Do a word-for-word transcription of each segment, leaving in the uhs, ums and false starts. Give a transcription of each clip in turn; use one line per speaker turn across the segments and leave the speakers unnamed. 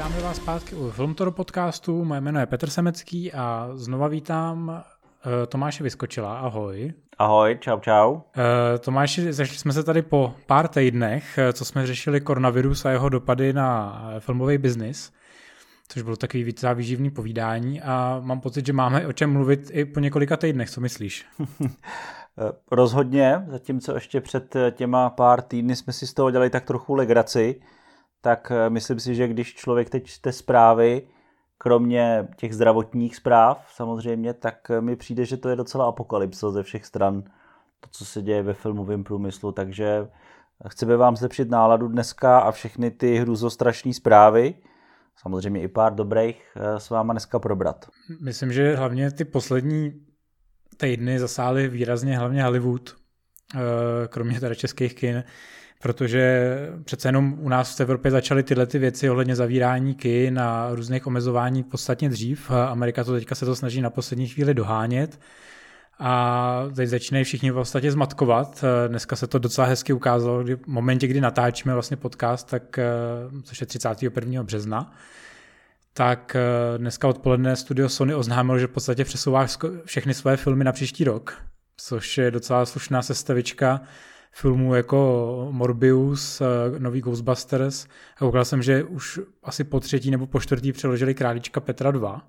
Vítáme vás zpátky u Filmtoro podcastu, moje jméno je Petr Semecký a znova vítám uh, Tomáše Vyskočila. Ahoj.
Ahoj, čau, čau. Uh,
Tomáši, zašli jsme se tady po pár týdnech, co jsme řešili koronavirus a jeho dopady na filmový biznis, což bylo takový víc výživný povídání a mám pocit, že máme o čem mluvit i po několika týdnech, co myslíš?
Rozhodně, zatímco ještě před těma pár týdny jsme si z toho dělali tak trochu legraci, tak myslím si, že když člověk teď čte zprávy, kromě těch zdravotních zpráv samozřejmě, tak mi přijde, že to je docela apokalypsa ze všech stran, to, co se děje ve filmovém průmyslu, takže chceme vám zlepšit náladu dneska a všechny ty hrůzostrašné zprávy, samozřejmě i pár dobrých, s váma dneska probrat.
Myslím, že hlavně ty poslední týdny zasáhly výrazně hlavně Hollywood, kromě teda českých kin, protože přece jenom u nás v Evropě začaly tyhle ty věci ohledně zavírání kin a různých omezování podstatně dřív. Amerika to teďka se to snaží na poslední chvíli dohánět a teď začínají všichni v podstatě zmatkovat. Dneska se to docela hezky ukázalo, kdy v momentě, kdy natáčíme vlastně podcast, tak, což je třicátého prvního března, tak dneska odpoledne studio Sony oznámilo, že v podstatě přesouvá všechny své filmy na příští rok, což je docela slušná sestavička filmů jako Morbius, nový Ghostbusters a koukal jsem, že už asi po třetí nebo po čtvrtý přeložili Králíčka Petra dva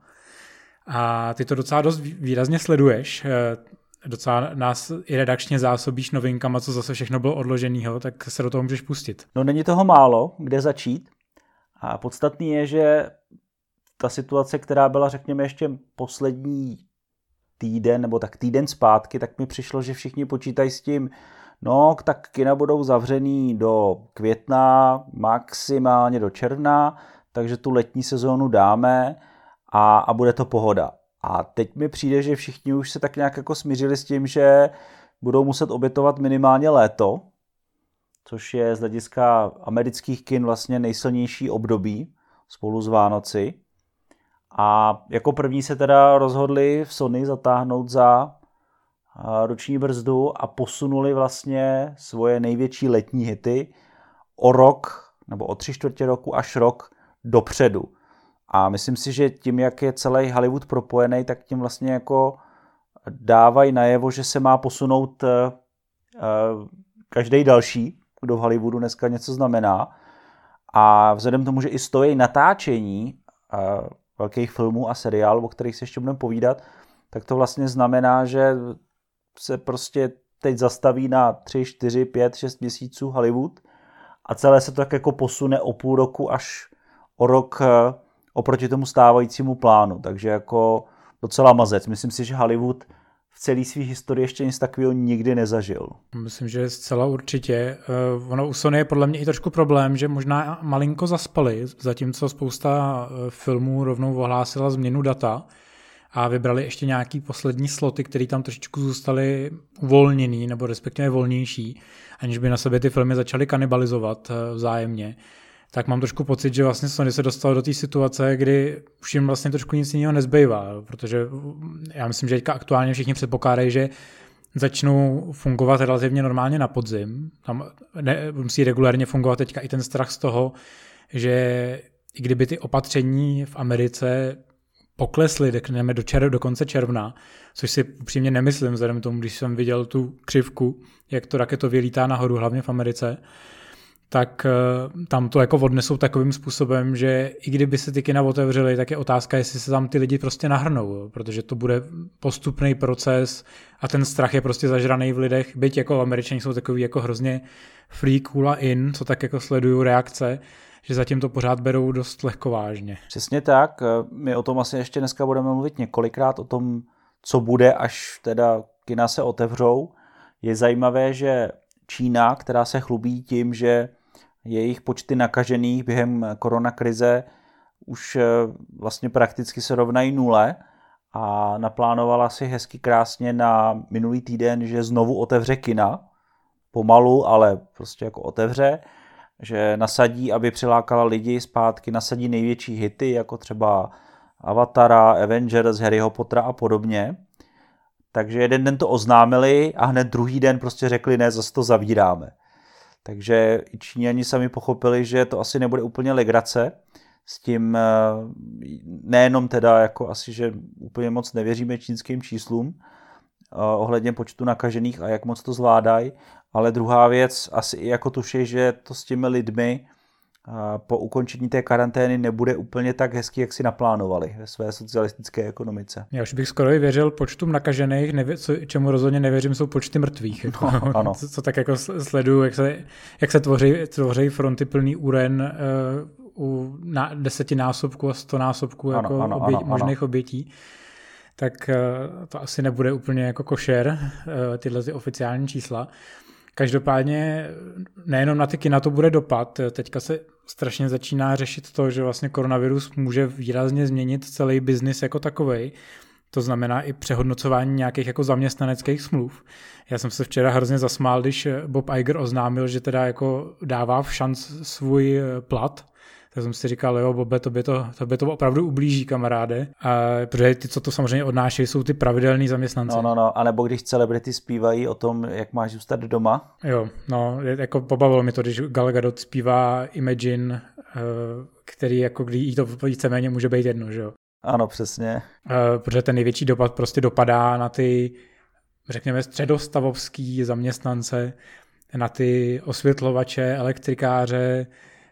a ty to docela dost výrazně sleduješ, docela nás i redakčně zásobíš novinkama, co zase všechno bylo odloženýho, tak se do toho můžeš pustit.
No není toho málo, kde začít a podstatný je, že ta situace, která byla řekněme ještě poslední týden nebo tak týden zpátky, tak mi přišlo, že všichni počítají s tím, no, tak kina budou zavřený do května, maximálně do června, takže tu letní sezónu dáme a, a bude to pohoda. A teď mi přijde, že všichni už se tak nějak jako smířili s tím, že budou muset obětovat minimálně léto, což je z hlediska amerických kin vlastně nejsilnější období spolu s Vánoci. A jako první se teda rozhodli v Sony zatáhnout za ruční brzdu a posunuli vlastně svoje největší letní hity o rok nebo o tři čtvrtě roku až rok dopředu. A myslím si, že tím, jak je celý Hollywood propojený, tak tím vlastně jako dávají najevo, že se má posunout uh, každý další, kdo v Hollywoodu dneska něco znamená. A vzhledem k tomu, že i stojí natáčení uh, velkých filmů a seriálů, o kterých se ještě budeme povídat, tak to vlastně znamená, že se prostě teď zastaví na tři, čtyři, pět, šest měsíců Hollywood a celé se to tak jako posune o půl roku až o rok oproti tomu stávajícímu plánu. Takže jako docela mazec. Myslím si, že Hollywood v celé své historii ještě nic takového nikdy nezažil.
Myslím, že zcela určitě. Ono u Sony je podle mě i trošku problém, že možná malinko zaspali, zatímco spousta filmů rovnou ohlásila změnu data a vybrali ještě nějaký poslední sloty, které tam trošičku zůstaly uvolněný, nebo respektive volnější, aniž by na sebe ty filmy začaly kanibalizovat vzájemně. Tak mám trošku pocit, že vlastně Sony se dostalo do té situace, kdy už jim vlastně trošku nic jiného nezbývá, protože já myslím, že teďka aktuálně všichni předpokládají, že začnou fungovat relativně normálně na podzim. Tam ne, musí regulárně fungovat teďka i ten strach z toho, že i kdyby ty opatření v Americe poklesly, řekneme, do, čer- do konce června, což si upřímně nemyslím, vzhledem k tomu, když jsem viděl tu křivku, jak to raketově lítá nahoru, hlavně v Americe, tak uh, tam to jako odnesou takovým způsobem, že i kdyby se ty kina otevřely, tak je otázka, jestli se tam ty lidi prostě nahrnou, protože to bude postupný proces a ten strach je prostě zažraný v lidech, byť jako Američani jsou takový jako hrozně free, cool a in, co tak jako sledují reakce, že zatím to pořád berou dost lehkovážně.
Přesně tak, my o tom asi ještě dneska budeme mluvit několikrát, o tom, co bude, až teda kina se otevřou. Je zajímavé, že Čína, která se chlubí tím, že jejich počty nakažených během koronakrize už vlastně prakticky se rovnají nule a naplánovala si hezky krásně na minulý týden, že znovu otevře kina, pomalu, ale prostě jako otevře, že nasadí, aby přilákala lidi zpátky, nasadí největší hity, jako třeba Avatara, Avengers, Harryho Pottera a podobně. Takže jeden den to oznámili a hned druhý den prostě řekli, ne, zase to zavíráme. Takže i Číňani sami pochopili, že to asi nebude úplně legrace s tím nejenom teda jako asi, že úplně moc nevěříme čínským číslům ohledně počtu nakažených a jak moc to zvládají, ale druhá věc, asi i jako tuší, že to s těmi lidmi po ukončení té karantény nebude úplně tak hezky, jak si naplánovali ve své socialistické ekonomice.
Já už bych skoro i věřil počtům nakažených, nevě, co, čemu rozhodně nevěřím, jsou počty mrtvých. Jako, no, ano. Co, co tak jako sleduju, jak se, jak se tvoří, tvoří fronty plný úren uh, u na, desetinásobku a stonásobku ano, jako
ano,
obě,
ano,
možných
ano.
obětí, tak uh, to asi nebude úplně jako košer, uh, tyhle ty oficiální čísla. Každopádně nejenom na ty kina to bude dopad, teďka se strašně začíná řešit to, že vlastně koronavirus může výrazně změnit celý biznis jako takovej. To znamená i přehodnocování nějakých jako zaměstnaneckých smluv. Já jsem se včera hrozně zasmál, když Bob Iger oznámil, že teda jako dává v šanc svůj plat. Tak jsem si říkal, jo, Bobe, tobě to, tobě to opravdu ublíží, kamaráde. A, protože ty, co to samozřejmě odnášejí, jsou ty pravidelní zaměstnanci.
No, no, no, anebo když celebrity zpívají o tom, jak máš zůstat doma.
Jo, no, jako pobavilo mi to, když Gal Gadot zpívá Imagine, který jako kdy jí to víceméně může být jedno, že jo.
Ano, přesně.
Protože ten největší dopad prostě dopadá na ty, řekněme, středostavovský zaměstnance, na ty osvětlovače, elektrikáře,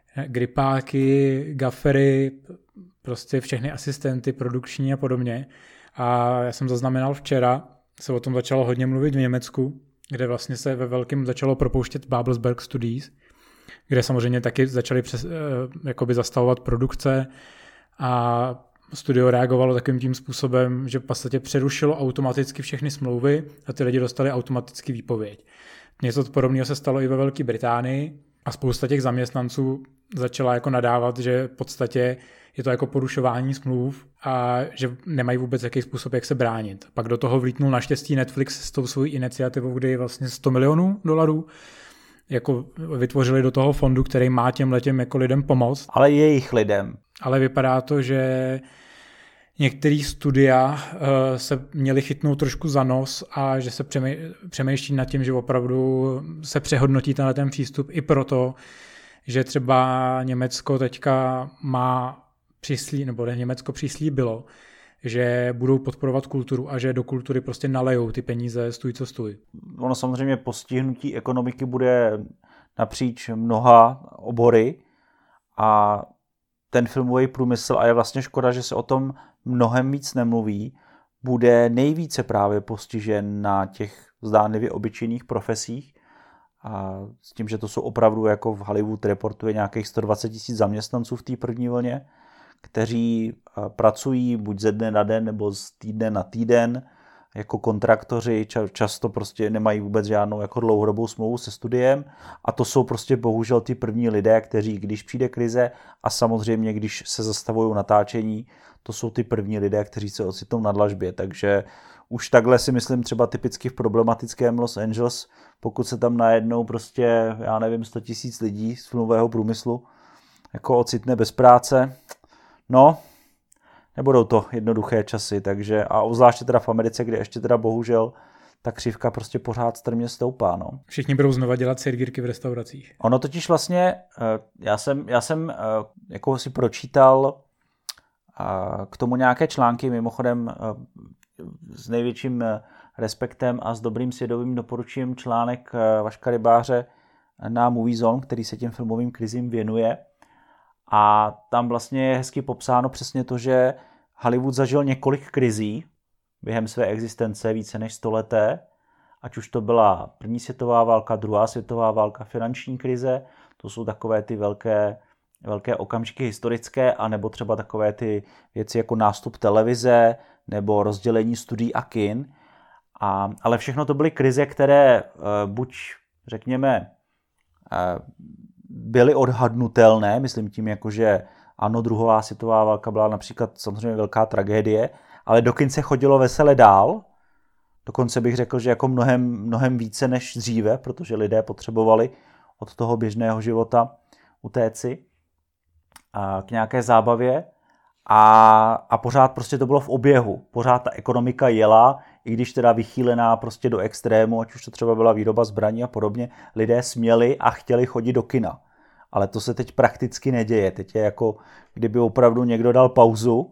gripáky, gafery, prostě všechny asistenty produkční a podobně. A já jsem zaznamenal včera, se o tom začalo hodně mluvit v Německu, kde vlastně se ve velkém začalo propouštět Babelsberg Studies, kde samozřejmě taky začaly přes, jakoby zastavovat produkce a studio reagovalo takovým tím způsobem, že v podstatě přerušilo automaticky všechny smlouvy a ty lidi dostali automaticky výpověď. Něco podobného se stalo i ve Velké Británii a spousta těch zaměstnanců začala jako nadávat, že v podstatě je to jako porušování smluv a že nemají vůbec jaký způsob, jak se bránit. Pak do toho vlítnul naštěstí Netflix s tou svojí iniciativou, kdy je vlastně sto milionů dolarů jako vytvořili do toho fondu, který má těm letem jako lidem pomoct.
Ale jejich lidem.
Ale vypadá to, že některý studia uh, se měli chytnout trošku za nos a že se přemý, přemýšlí nad tím, že opravdu se přehodnotí tenhle ten přístup i proto, že třeba Německo teďka má přislí, nebo Německo přislíbilo, že budou podporovat kulturu a že do kultury prostě nalejou ty peníze stůj co stůj.
Ono samozřejmě postihnutí ekonomiky bude napříč mnoha obory a ten filmový průmysl, a je vlastně škoda, že se o tom mnohem víc nemluví, bude nejvíce právě postižen na těch zdánlivě obyčejných profesích a s tím, že to jsou opravdu, jako v Hollywood reportuje, nějakých sto dvacet tisíc zaměstnanců v té první vlně, kteří pracují buď ze dne na den nebo z týdne na týden jako kontraktoři, často prostě nemají vůbec žádnou jako dlouhodobou smlouvu se studiem a to jsou prostě bohužel ty první lidé, kteří, když přijde krize a samozřejmě, když se zastavují natáčení, to jsou ty první lidé, kteří se ocitnou na dlažbě, takže už takhle si myslím třeba typicky v problematickém Los Angeles, pokud se tam najednou prostě, já nevím, sto tisíc lidí z filmového průmyslu jako ocitne bez práce, no, nebudou to jednoduché časy, takže a obzvláště teda v Americe, kde ještě teda bohužel ta křivka prostě pořád strmě stoupá, no.
Všichni budou znova dělat sirgírky v restauracích.
Ono totiž vlastně, já jsem, já jsem jako si pročítal k tomu nějaké články, mimochodem s největším respektem a s dobrým svědomím doporučím článek Vaška Rybáře na Movie Zone, který se těm filmovým krizím věnuje. A tam vlastně je hezky popsáno přesně to, že Hollywood zažil několik krizí během své existence, více než stoleté, ať už to byla první světová válka, druhá světová válka, finanční krize, to jsou takové ty velké, velké okamžiky historické, anebo třeba takové ty věci jako nástup televize nebo rozdělení studií a kin. A, ale všechno to byly krize, které uh, buď, řekněme, uh, byly odhadnutelné, myslím tím, jako že ano, druhá světová válka byla například samozřejmě velká tragédie, ale dokud se chodilo vesele dál, dokonce bych řekl, že jako mnohem, mnohem více než dříve, protože lidé potřebovali od toho běžného života utéci a k nějaké zábavě a, a pořád prostě to bylo v oběhu, pořád ta ekonomika jela, i když teda vychýlená prostě do extrému, ať už to třeba byla výroba zbraní a podobně, lidé směli a chtěli chodit do kina. ale to se teď prakticky neděje. Teď je jako, kdyby opravdu někdo dal pauzu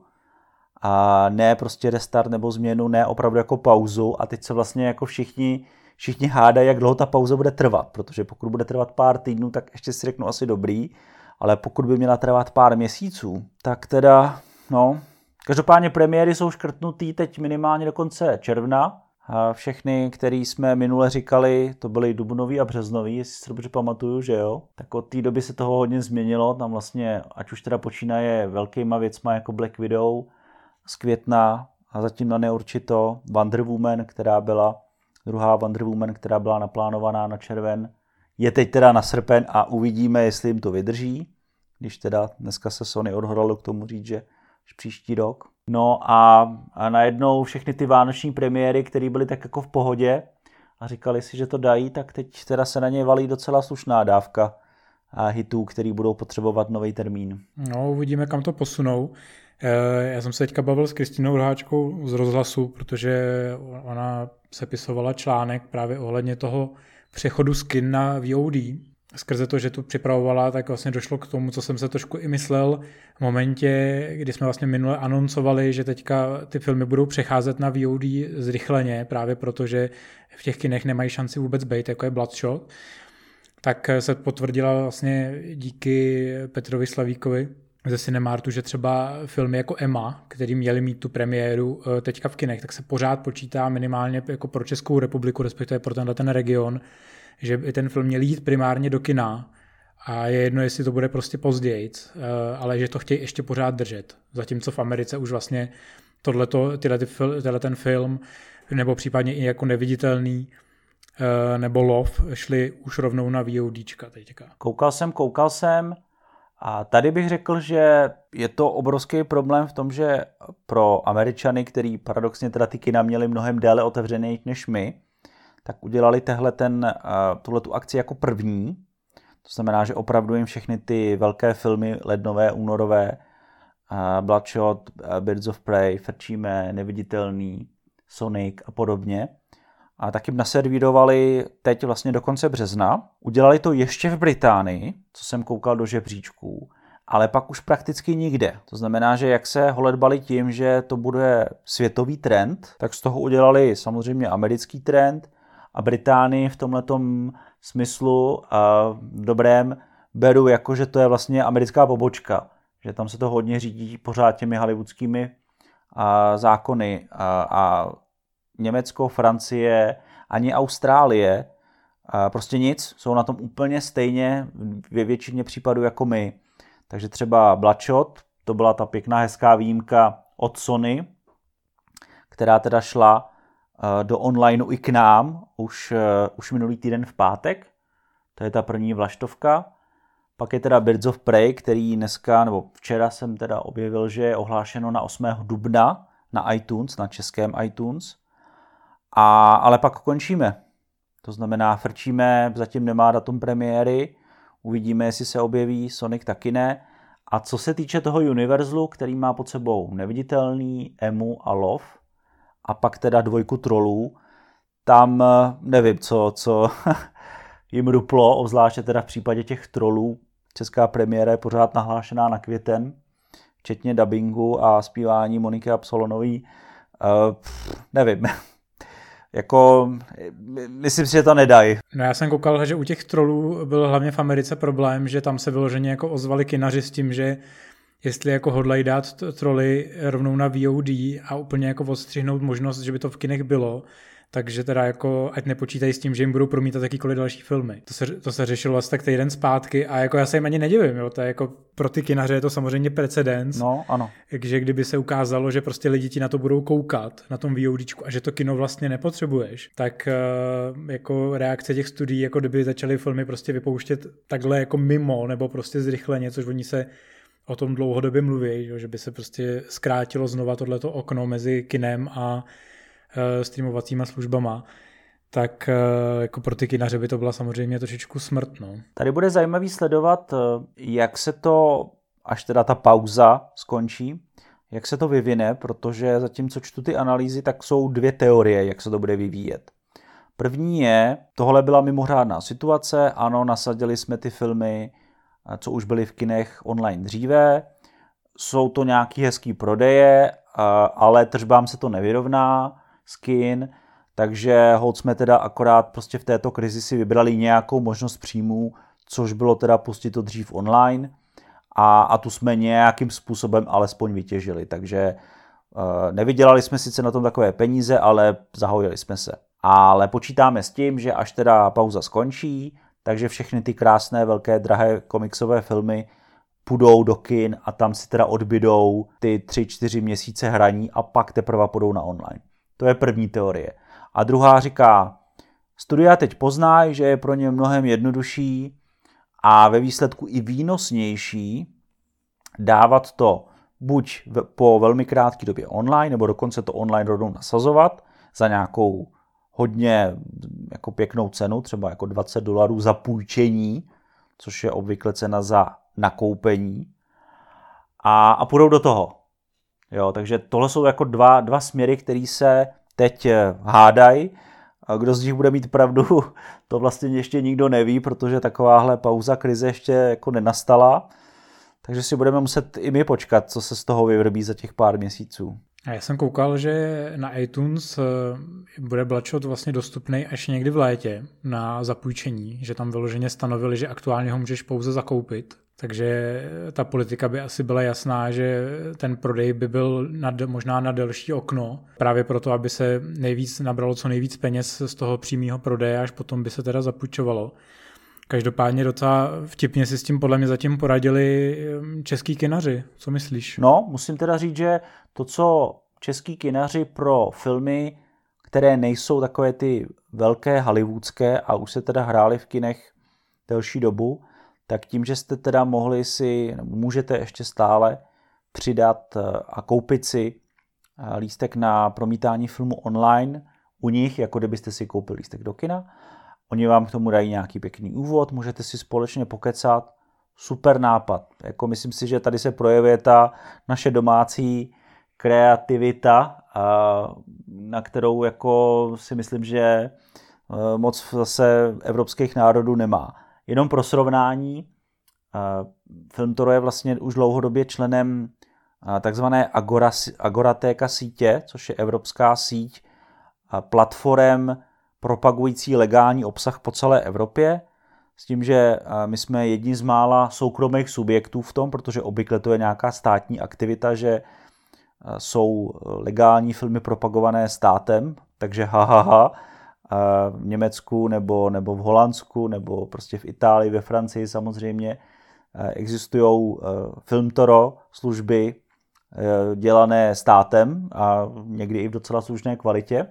a ne prostě restart nebo změnu, ne opravdu jako pauzu a teď se vlastně jako všichni, všichni hádají, jak dlouho ta pauza bude trvat, protože pokud bude trvat pár týdnů, tak ještě si řeknu asi dobrý, ale pokud by měla trvat pár měsíců, tak teda, no, každopádně premiéry jsou škrtnutý teď minimálně do konce června. A všechny, které jsme minule říkali, to byly dubnový a březnový, jestli si dobře pamatuju, že jo. Tak od té doby se toho hodně změnilo, tam vlastně, ať už teda počínaje velkýma věcma jako Black Widow z května a zatím na neurčito Wonder Woman, která byla, druhá Wonder Woman, která byla naplánovaná na červen, je teď teda na srpen a uvidíme, jestli jim to vydrží, když teda dneska se Sony odhodlalo k tomu říct, že až příští rok. No a, a najednou všechny ty vánoční premiéry, které byly tak jako v pohodě a říkali si, že to dají, tak teď teda se na ně valí docela slušná dávka a hitů, který budou potřebovat nový termín.
No, uvidíme, kam to posunou. Já jsem se teďka bavil s Kristinou Rháčkou z Rozhlasu, protože ona sepisovala článek právě ohledně toho přechodu z kin na V O D. Skrze to, že tu připravovala, tak vlastně došlo k tomu, co jsem se trošku i myslel v momentě, kdy jsme vlastně minule anoncovali, že teďka ty filmy budou přecházet na V O D zrychleně, právě protože v těch kinech nemají šanci vůbec být, jako je Bloodshot. Tak se potvrdila vlastně díky Petrovi Slavíkovi ze Cinemartu, že třeba filmy jako Emma, který měli mít tu premiéru teďka v kinech, tak se pořád počítá minimálně jako pro Českou republiku, respektive pro tenhle ten region, že by ten film měl jít primárně do kina a je jedno, jestli to bude prostě později, ale že to chtějí ještě pořád držet. Zatímco v Americe už vlastně tohleto, tyhle, tyhle ten film, nebo případně i jako Neviditelný, nebo Love, šli už rovnou na VODčka teďka.
Koukal jsem, koukal jsem a tady bych řekl, že je to obrovský problém v tom, že pro Američany, který paradoxně teda ty kina měli mnohem déle otevřený než my, tak udělali tehle ten, tuhletu akci jako první. To znamená, že opravdu jim všechny ty velké filmy lednové, únorové, Bloodshot, Birds of Prey, Frčíme, Neviditelný, Sonic a podobně. A tak jim naservírovali teď vlastně do konce března. Udělali to ještě v Británii, co jsem koukal do žebříčků, ale pak už prakticky nikde. To znamená, že jak se holedbali tím, že to bude světový trend, tak z toho udělali samozřejmě americký trend, a Británii v tomhletom smyslu a dobrém beru jako, že to je vlastně americká pobočka. Že tam se to hodně řídí pořád těmi hollywoodskými a, zákony a, a Německo, Francie, ani Austrálie, a prostě nic, jsou na tom úplně stejně ve většině případů jako my. Takže třeba Bloodshot, to byla ta pěkná hezká výjimka od Sony, která teda šla do onlineu i k nám už, už minulý týden v pátek. To je ta první vlaštovka. Pak je teda Birds of Prey, který dneska, nebo včera jsem teda objevil, že je ohlášeno na osmého dubna na iTunes, na českém iTunes. A, ale pak končíme. To znamená, Frčíme, zatím nemá datum premiéry, uvidíme, jestli se objeví, Sonic taky ne. A co se týče toho Universalu, který má pod sebou Neviditelný, Emu a Love, a pak teda dvojku trolů, tam nevím, co, co jim ruplo, obzvláště teda v případě těch trolů. Česká premiéra je pořád nahlášená na květen, včetně dabingu a zpívání Moniky Absolonový. Uh, nevím, jako myslím si, že to nedají.
No já jsem koukal, že u těch trolů byl hlavně v Americe problém, že tam se vyloženě jako ozvali kinaři s tím, že jestli jako hodlají dát troly rovnou na V O D a úplně jako odstřihnout možnost, že by to v kinech bylo, takže teda jako ať nepočítají s tím, že jim budou promítat jakýkoliv další filmy. To se, to se řešilo vlastně tak týden zpátky a jako já se jim ani nedivím, jo, to je jako pro ty kinaře je to samozřejmě precedens.
No, ano.
Takže kdyby se ukázalo, že prostě lidi ti na to budou koukat, na tom VODčku a že to kino vlastně nepotřebuješ, tak jako reakce těch studií, jako kdyby začaly filmy prostě vypouštět takhle jako mimo nebo prostě zrychleně, což oni se o tom dlouhodobě mluví, že by se prostě zkrátilo znova tohleto okno mezi kinem a uh, streamovacíma službama, tak uh, jako pro ty kinaře by to byla samozřejmě trošičku smrt. No.
Tady bude zajímavý sledovat, jak se to, až teda ta pauza skončí, jak se to vyvine, protože zatímco čtu ty analýzy, tak jsou dvě teorie, jak se to bude vyvíjet. První je, tohle byla mimořádná situace, ano, nasadili jsme ty filmy co už byly v kinech online dříve. Jsou to nějaký hezký prodeje, ale tržbám se to nevyrovná z kin, takže holt jsme teda akorát prostě v této krizi si vybrali nějakou možnost příjmů, což bylo teda pustit to dřív online a, a tu jsme nějakým způsobem alespoň vytěžili, takže uh, nevydělali jsme sice na tom takové peníze, ale zahojili jsme se. Ale počítáme s tím, že až teda pauza skončí, takže všechny ty krásné, velké, drahé komiksové filmy půjdou do kin a tam si teda odbydou ty tři, čtyři měsíce hraní a pak teprve půjdou na online. To je první teorie. A druhá říká, studia teď poznají, že je pro ně mnohem jednodušší a ve výsledku i výnosnější dávat to buď po velmi krátké době online, nebo dokonce to online rovnou nasazovat za nějakou hodně jako pěknou cenu, třeba jako dvacet dolarů za půjčení, což je obvykle cena za nakoupení, a, a půjdou do toho. Jo, takže tohle jsou jako dva, dva směry, které se teď hádají. Kdo z nich bude mít pravdu, to vlastně ještě nikdo neví, protože takováhle pauza krize ještě jako nenastala. Takže si budeme muset i my počkat, co se z toho vyvrbí za těch pár měsíců.
A já jsem koukal, že na iTunes bude Bloodshot vlastně dostupný až někdy v létě na zapůjčení, že tam vyloženě stanovili, že aktuálně ho můžeš pouze zakoupit. Takže ta politika by asi byla jasná, že ten prodej by byl na, možná na delší okno, právě proto, aby se nejvíc nabralo co nejvíc peněz z toho přímého prodeje, až potom by se teda zapůjčovalo. Každopádně docela vtipně si s tím podle mě zatím poradili český kinaři. Co myslíš?
No, musím teda říct, že to, co český kinaři pro filmy, které nejsou takové ty velké hollywoodské a už se teda hrály v kinech delší dobu, tak tím, že jste teda mohli si, nebo můžete ještě stále přidat a koupit si lístek na promítání filmu online u nich, jako kdybyste si koupili lístek do kina. Oni vám k tomu dají nějaký pěkný úvod, můžete si společně pokecat. Super nápad. Jako myslím si, že tady se projevuje ta naše domácí kreativita, na kterou jako si myslím, že moc zase evropských národů nemá. Jenom pro srovnání, Filmtoro je vlastně už dlouhodobě členem takzvané Agora, Agoratéka sítě, což je evropská síť platform propagující legální obsah po celé Evropě, s tím, že my jsme jedni z mála soukromých subjektů v tom, protože obvykle to je nějaká státní aktivita, že jsou legální filmy propagované státem, takže ha, ha, ha, v Německu nebo, nebo v Holandsku nebo prostě v Itálii, ve Francii samozřejmě existují Filmtoro služby dělané státem a někdy i v docela slušné kvalitě.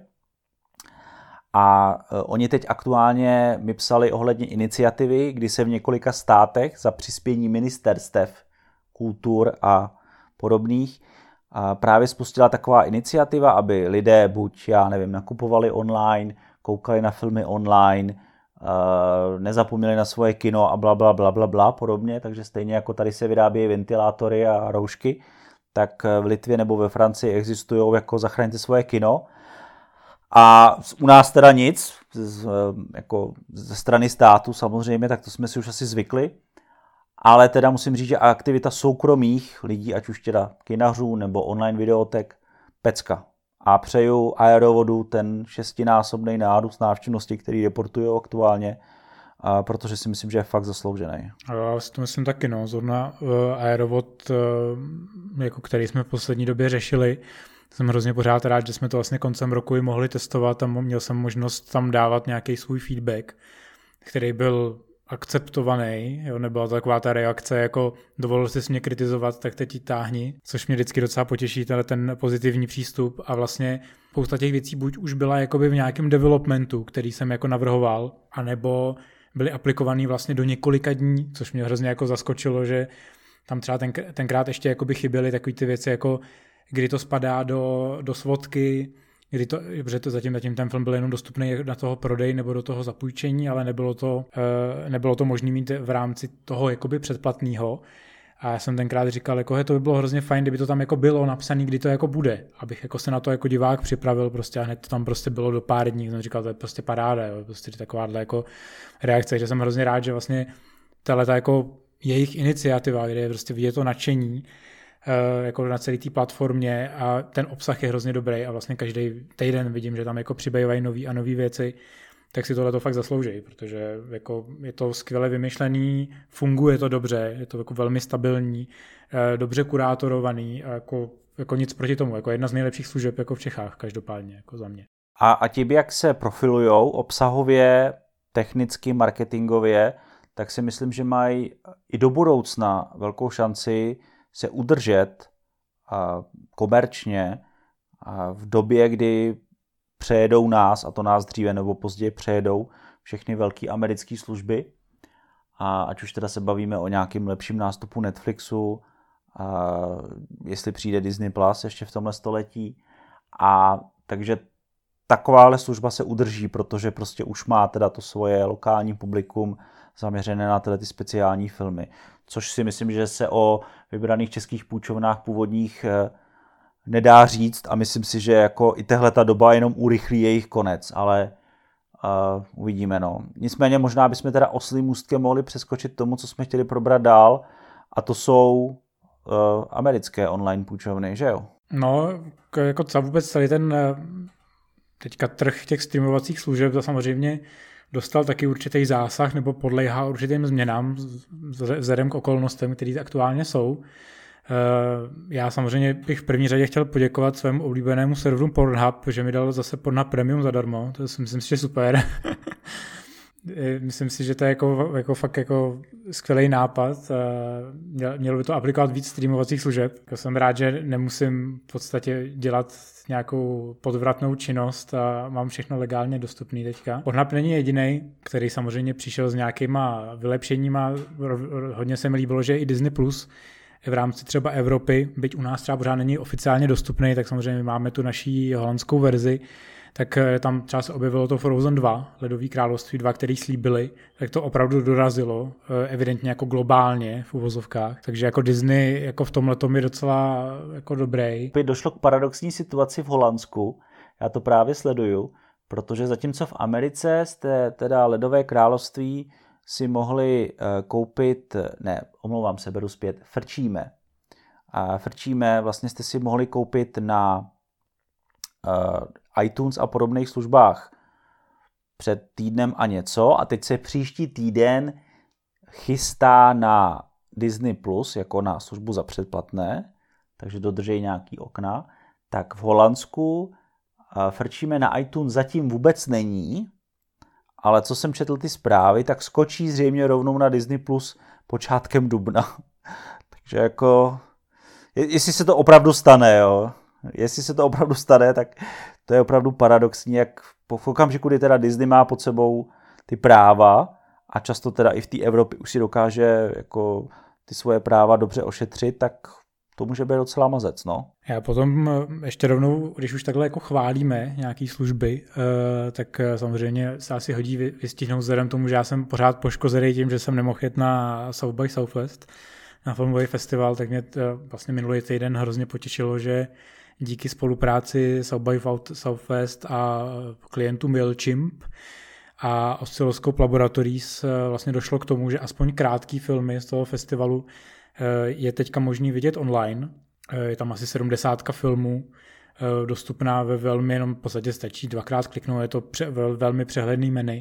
A oni teď aktuálně mi psali ohledně iniciativy, kdy se v několika státech za přispění ministerstev, kultur a podobných a právě spustila taková iniciativa, aby lidé buď, já nevím, nakupovali online, koukali na filmy online, nezapomněli na svoje kino a bla, bla, bla, bla, bla, podobně, takže stejně jako tady se vyrábějí ventilátory a roušky, tak v Litvě nebo ve Francii existují jako zachraňte svoje kino. A u nás teda nic, z, jako ze strany státu samozřejmě, tak to jsme si už asi zvykli, ale teda musím říct, že aktivita soukromých lidí, ať už teda kinařů nebo online videotek, pecka. A přeju Aerovodu ten šestinásobný nárůst návštěvnosti, který reportují aktuálně, a protože si myslím, že je fakt zasloužený.
Já si to myslím taky, no. Zrovna uh, Aerovod, uh, jako který jsme v poslední době řešili, jsem hrozně pořád rád, že jsme to vlastně koncem roku i mohli testovat a měl jsem možnost tam dávat nějaký svůj feedback, který byl akceptovaný, jo, nebyla to taková ta reakce, jako dovolil jsi mě kritizovat, tak teď ji táhni, což mě vždycky docela potěší, ten pozitivní přístup a vlastně spousta těch věcí buď už byla jakoby v nějakém developmentu, který jsem jako navrhoval, anebo byly aplikovaný vlastně do několika dní, což mě hrozně jako zaskočilo, že tam třeba ten, tenkrát ještě jakoby chyběly takové ty věci, jako kdy to spadá do, do svodky, kdy to, protože to zatím, zatím ten film byl jenom dostupný na toho prodej nebo do toho zapůjčení, ale nebylo to, nebylo to možné mít v rámci toho jakoby předplatného. A já jsem tenkrát říkal, jako, to by bylo hrozně fajn, kdyby to tam jako bylo napsané, kdy to jako bude, abych jako se na to jako divák připravil prostě a hned to tam prostě bylo do pár dní, jsem říkal, to je prostě paráda, jo, prostě takováhle jako reakce, že jsem hrozně rád, že vlastně tahleta jako jejich iniciativa, kde je prostě vidět to nadšení jako na celé té platformě a ten obsah je hrozně dobrý a vlastně každý týden vidím, že tam jako přibývají nový a nový věci, tak si tohle to fakt zaslouží, protože jako je to skvěle vymyšlený, funguje to dobře, je to jako velmi stabilní, dobře kurátorovaný a jako, jako nic proti tomu, jako jedna z nejlepších služeb jako v Čechách, každopádně, jako za mě.
A, a ti, jak se profilujou obsahově, technicky, marketingově, tak si myslím, že mají i do budoucna velkou šanci se udržet a komerčně a v době, kdy přejedou nás, a to nás dříve nebo později přejedou všechny velké americké služby, a ať už teda se bavíme o nějakým lepším nástupu Netflixu, a jestli přijde Disney Plus ještě v tomhle století, a takže takováhle služba se udrží, protože prostě už má teda to svoje lokální publikum zaměřené na tyhle ty speciální filmy. Což si myslím, že se o vybraných českých půjčovnách původních nedá říct a myslím si, že jako i tahle ta doba jenom urychlí jejich konec, ale uh, uvidíme. No. Nicméně možná bychom teda oslým můstkem mohli přeskočit tomu, co jsme chtěli probrat dál, a to jsou uh, americké online půjčovny, že jo?
No, jako co vůbec celý ten teďka trh těch streamovacích služeb to samozřejmě dostal taky určitý zásah nebo podléhá určitým změnám vzhledem k okolnostem, které aktuálně jsou. Já samozřejmě bych v první řadě chtěl poděkovat svému oblíbenému serveru Pornhub, že mi dal zase Pornhub Premium zadarmo, to si myslím si, že super. Myslím si, že to je jako, jako fakt jako skvělý nápad. Mělo by to aplikovat víc streamovacích služeb. Jsem rád, že nemusím v podstatě dělat nějakou podvratnou činnost a mám všechno legálně dostupný teďka. Pornhub není jediný, který samozřejmě přišel s nějakýma vylepšeníma. Hodně se mi líbilo, že i Disney Plus v rámci třeba Evropy, byť u nás třeba pořád není oficiálně dostupný, tak samozřejmě máme tu naší holandskou verzi, tak tam třeba se objevilo to Frozen dva, Ledový království dva, který slíbili, tak to opravdu dorazilo, evidentně jako globálně v uvozovkách. Takže jako Disney jako v tomhletom je docela jako dobrý.
Došlo k paradoxní situaci v Holandsku, já to právě sleduju, protože zatímco v Americe jste teda Ledové království si mohli koupit, ne, omlouvám se, beru zpět, frčíme. A frčíme vlastně jste si mohli koupit na iTunes a podobných službách před týdnem a něco a teď se příští týden chystá na Disney Plus jako na službu za předplatné, takže dodržej nějaký okna, tak v Holandsku frčíme na iTunes zatím vůbec není, ale co jsem četl ty zprávy, tak skočí zřejmě rovnou na Disney Plus počátkem dubna. Takže jako, jestli se to opravdu stane, jo, jestli se to opravdu stane, tak to je opravdu paradoxní, jak v okamžiku, kdy teda Disney má pod sebou ty práva a často teda i v té Evropě už si dokáže jako ty svoje práva dobře ošetřit, tak to může být docela mazec, no.
Já potom ještě rovnou, když už takhle jako chválíme nějaký služby, tak samozřejmě se asi hodí vystihnout vzhledem tomu, že já jsem pořád poškozený tím, že jsem nemohl jet na South by Southwest, na filmový festival, tak mě vlastně minulý týden hrozně potěšilo, že díky spolupráci South by Southwest a klientů MailChimp a Oscilloscope Laboratories vlastně došlo k tomu, že aspoň krátký filmy z toho festivalu je teďka možný vidět online. Je tam asi sedmdesát filmů dostupná ve velmi, jenom v podstatě stačí dvakrát kliknout, je to pře, velmi přehledný menu.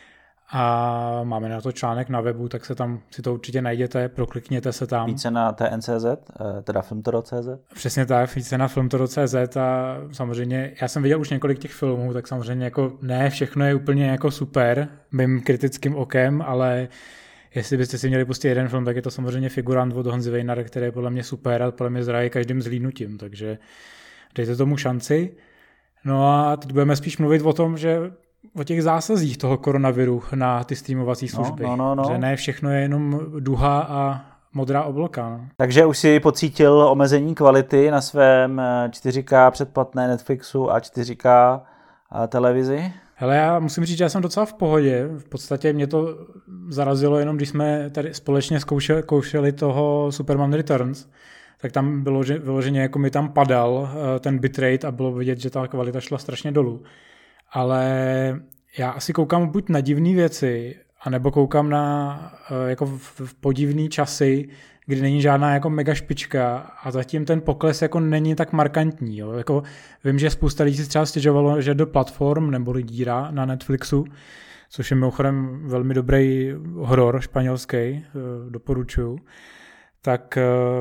A máme na to článek na webu, tak se tam si to určitě najděte, proklikněte se tam.
Více na T N C Z, teda filmtoro tečka cé zet?
Přesně tak, více na filmtoro tečka cé zet a samozřejmě, já jsem viděl už několik těch filmů, tak samozřejmě jako ne, všechno je úplně jako super, mým kritickým okem, ale jestli byste si měli pustit jeden film, tak je to samozřejmě Figurant od Honzy Weinera, který je podle mě super a podle mě zraje každým zhlídnutím, takže dejte tomu šanci. No a teď budeme spíš mluvit o tom, že o těch zásazích toho koronaviru na ty streamovací služby.
No, no, no, no.
Že ne všechno je jenom duha a modrá obloka. No.
Takže už si pocítil omezení kvality na svém čtyři ká předplatné Netflixu a čtyři ká televizi?
Hele, já musím říct, že já jsem docela v pohodě. V podstatě mě to zarazilo jenom, když jsme tady společně zkoušeli, zkoušeli toho Superman Returns, tak tam bylo, že vyloženě jako mi tam padal ten bitrate a bylo vidět, že ta kvalita šla strašně dolů. Ale já asi koukám buď na divné věci, A nebo koukám na jako v, v podivný časy, kdy není žádná jako mega špička a zatím ten pokles jako není tak markantní. Jo. Jako vím, že spousta lidí si třeba stěžovalo, že do platform nebo díra na Netflixu, což je mimochodem velmi dobrý horor španělský, doporučuju, tak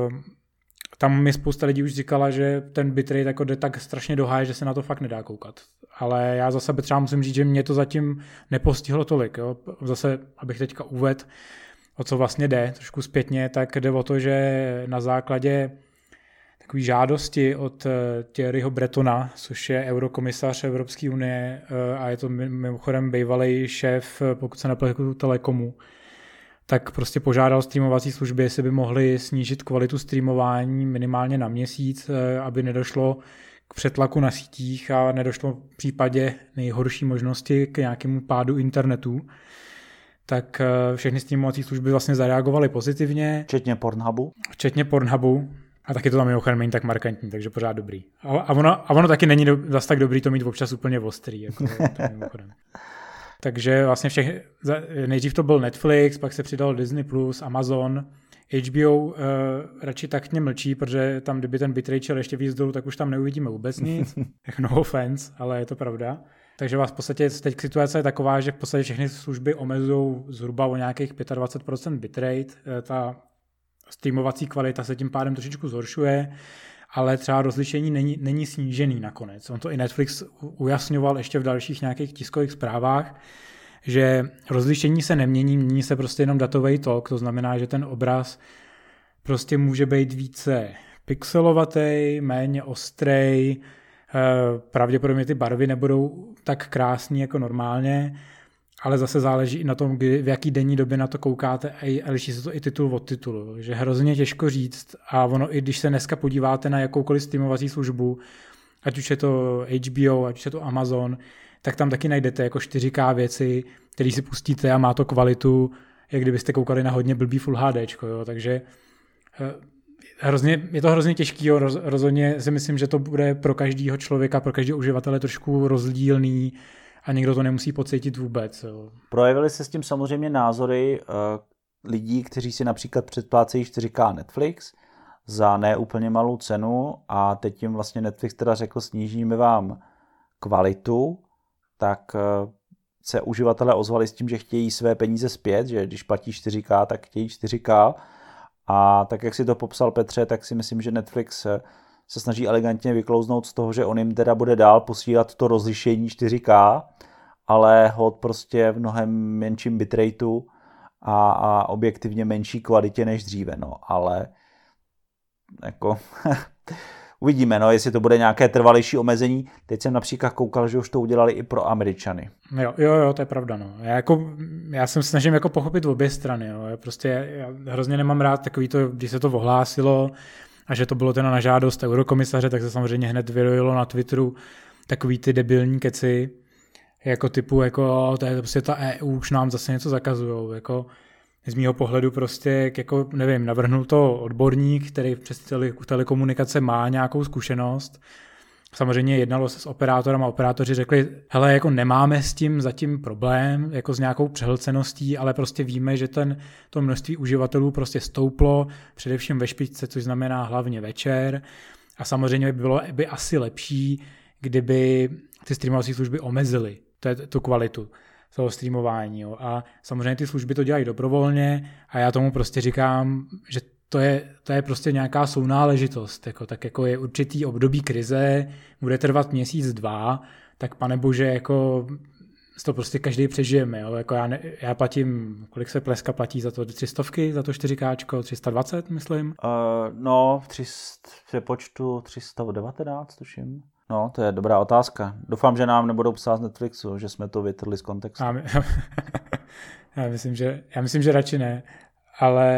tam mi spousta lidí už říkala, že ten bitrate jako jde tak strašně do háje, že se na to fakt nedá koukat. Ale já za sebe třeba musím říct, že mě to zatím nepostihlo tolik. Jo. Zase, abych teďka uvedl, o co vlastně jde, trošku zpětně, tak jde o to, že na základě takové žádosti od Thierryho Bretona, což je eurokomisař Evropské unie a je to mimochodem bývalý šéf, pokud se nepletu, Telekomu, tak prostě požádal streamovací služby, jestli by mohli snížit kvalitu streamování minimálně na měsíc, aby nedošlo k přetlaku na sítích a nedošlo v případě nejhorší možnosti k nějakému pádu internetu. Tak všechny streamovací služby vlastně zareagovaly pozitivně.
Včetně Pornhubu.
Včetně Pornhubu. A taky to tam mimochodem není tak markantní, takže pořád dobrý. A, a, ono, a ono taky není do, zase tak dobrý to mít občas úplně ostrý. Jako, to mimochodem. Takže vlastně všech, nejdřív to byl Netflix, pak se přidal Disney plus, Amazon, H B O uh, radši taktně mlčí, protože tam, kdyby ten bitrate šel ještě víc dolů, tak už tam neuvidíme vůbec nic. No offense, ale je to pravda. Takže vás v podstatě teď situace je taková, že v podstatě všechny služby omezují zhruba o nějakých dvacet pět procent bitrate. Ta streamovací kvalita se tím pádem trošičku zhoršuje, ale třeba rozlišení není, není snížený nakonec. On to i Netflix ujasňoval ještě v dalších nějakých tiskových zprávách, že rozlišení se nemění, mění se prostě jenom datový tok, to znamená, že ten obraz prostě může být více pixelovatý, méně ostrej, pravděpodobně ty barvy nebudou tak krásný jako normálně, ale zase záleží i na tom, kdy, v jaký denní době na to koukáte a liší se to i titul od titulu, že hrozně těžko říct a ono i když se dneska podíváte na jakoukoliv streamovací službu, ať už je to H B O, ať už je to Amazon, tak tam taky najdete jako čtyři ká věci, které si pustíte a má to kvalitu, jak kdybyste koukali na hodně blbý Full HDčko, jo, takže hrozně, je to hrozně těžký, jo, roz, rozhodně si myslím, že to bude pro každého člověka, pro každého uživatele trošku rozdílný a někdo to nemusí pocítit vůbec. Jo.
Projevily se s tím samozřejmě názory uh, lidí, kteří si například předplácejí čtyři ká Netflix za neúplně malou cenu a teď jim vlastně Netflix teda řekl, snížíme vám kvalitu, tak uh, se uživatelé ozvali s tím, že chtějí své peníze zpět, že když platí čtyři ká, tak chtějí čtyři ká. A tak, jak si to popsal Petře, tak si myslím, že Netflix se snaží elegantně vyklouznout z toho, že on jim teda bude dál posílat to rozlišení čtyři ká, ale hod prostě v mnohem menším bitrateu a, a objektivně menší kvalitě než dříve, no, ale jako uvidíme, no, jestli to bude nějaké trvalejší omezení. Teď jsem například koukal, že už to udělali i pro Američany.
Jo, jo, jo, to je pravda, no. Já, jako, já jsem snažím jako pochopit obě strany, jo. Já prostě já hrozně nemám rád takový to, když se to ohlásilo a že to bylo teda na žádost eurokomisaře, tak se samozřejmě hned vyrojilo na Twitteru takový ty debilní keci, jako typu, jako to je prostě ta E U, už nám zase něco zakazujou, jako z mýho pohledu prostě, jako nevím, navrhnul to odborník, který přes tele, telekomunikace má nějakou zkušenost. Samozřejmě jednalo se s operátorem a operátoři řekli, hele, jako nemáme s tím zatím problém, jako s nějakou přehlceností, ale prostě víme, že ten, to množství uživatelů prostě stouplo, především ve špičce, což znamená hlavně večer. A samozřejmě by bylo by asi lepší, kdyby ty streamovací služby omezily tu kvalitu toho streamování. Jo. A samozřejmě ty služby to dělají dobrovolně a já tomu prostě říkám, že to je, to je prostě nějaká sounáležitost. Jako, tak jako je určitý období krize, bude trvat měsíc, dva, tak panebože, jako to prostě každý přežijeme. Jo. Jako já, ne, já platím, kolik se Pleska platí za to? tři stovky za to čtyři ká, tři sta dvacet, myslím?
Uh, no, v přepočtu tři sta devatenáct, tuším. No, to je dobrá otázka. Doufám, že nám nebudou psát z Netflixu, že jsme to vytrhli z kontextu.
Já, já, myslím, že, já myslím, že radši ne, ale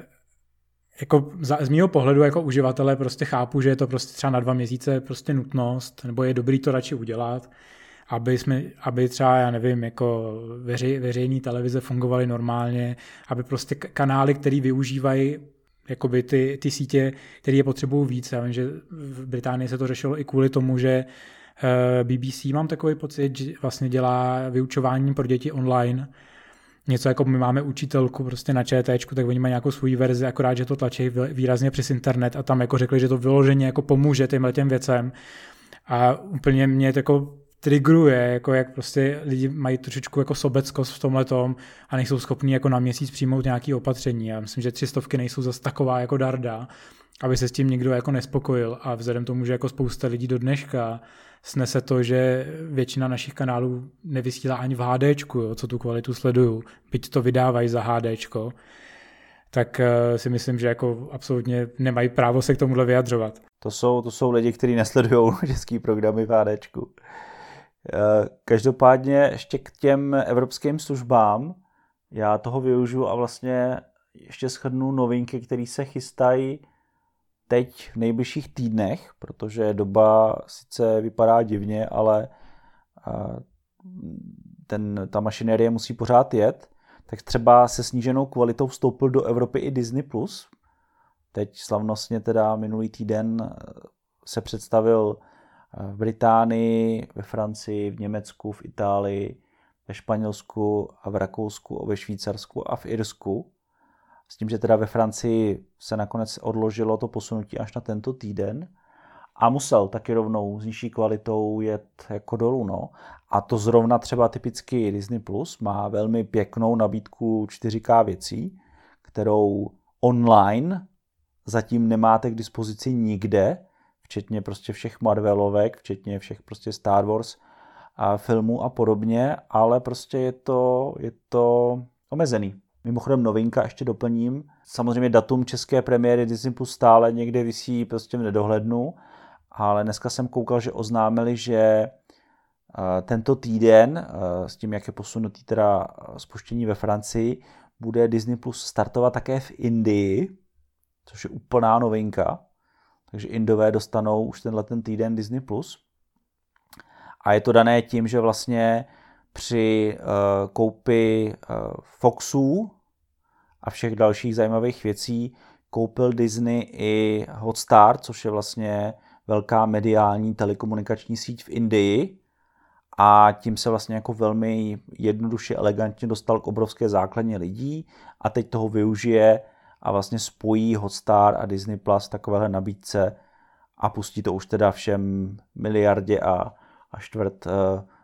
jako z mýho pohledu jako uživatele prostě chápu, že je to prostě třeba na dva měsíce prostě nutnost, nebo je dobrý to radši udělat, aby, jsme, aby třeba, já nevím, jako veřej, veřejní televize fungovaly normálně, aby prostě kanály, které využívají jakoby ty, ty sítě, které je potřebují víc. Já vím, že v Británii se to řešilo i kvůli tomu, že B B C, mám takový pocit, že vlastně dělá vyučování pro děti online, něco jako my máme učitelku prostě na ČTčku, tak oni mají nějakou svou verzi, akorát, že to tlačí výrazně přes internet a tam jako řekli, že to vyloženě jako pomůže těmhle těm věcem. A úplně mě to jako triggeruje, jako jak prostě lidi mají trošičku jako sobeckost v tomhletom a nejsou schopní jako na měsíc přijmout nějaké opatření. Já myslím, že tři stovky nejsou zas taková jako darda, aby se s tím nikdo jako nespokojil. A vzhledem tomu, že jako spousta lidí do dneška snese to, že většina našich kanálů nevysílá ani v HDčku, jo, co tu kvalitu sleduju, byť to vydávají za HDčko, tak uh, si myslím, že jako absolutně nemají právo se k tomuhle vyjadřovat.
To jsou, to jsou lidi, kteří nesledují český programy v HDčku. Každopádně ještě k těm evropským službám já toho využiju a vlastně ještě shrnu novinky, které se chystají teď v nejbližších týdnech, protože doba sice vypadá divně, ale ten, ta mašinérie musí pořád jet. Tak třeba se sníženou kvalitou vstoupil do Evropy i Disney plus. Teď slavnostně teda minulý týden se představil v Británii, ve Francii, v Německu, v Itálii, ve Španělsku a v Rakousku, ve Švýcarsku a v Irsku. S tím, že teda ve Francii se nakonec odložilo to posunutí až na tento týden a musel taky rovnou s nižší kvalitou jet jako dolů. No. A to zrovna třeba typicky Disney plus má velmi pěknou nabídku čtyři ká věcí, kterou online zatím nemáte k dispozici nikde, včetně prostě všech Marvelovek, včetně všech prostě Star Wars a filmů a podobně, ale prostě je to, je to omezený. Mimochodem novinka ještě doplním. Samozřejmě datum české premiéry Disney plus stále někde visí prostě v nedohlednu, ale dneska jsem koukal, že oznámili, že tento týden s tím, jak je posunutý teda spuštění ve Francii, bude Disney plus startovat také v Indii, což je úplná novinka. Takže Indové dostanou už tenhle ten týden Disney plus. A je to dané tím, že vlastně při uh, koupi uh, Foxů a všech dalších zajímavých věcí koupil Disney i Hotstar, což je vlastně velká mediální telekomunikační síť v Indii. A tím se vlastně jako velmi jednoduše, elegantně dostal k obrovské základně lidí a teď toho využije a vlastně spojí Hotstar a Disney plus v takovéhle nabídce a pustí to už teda všem miliardě a, a čtvrt uh,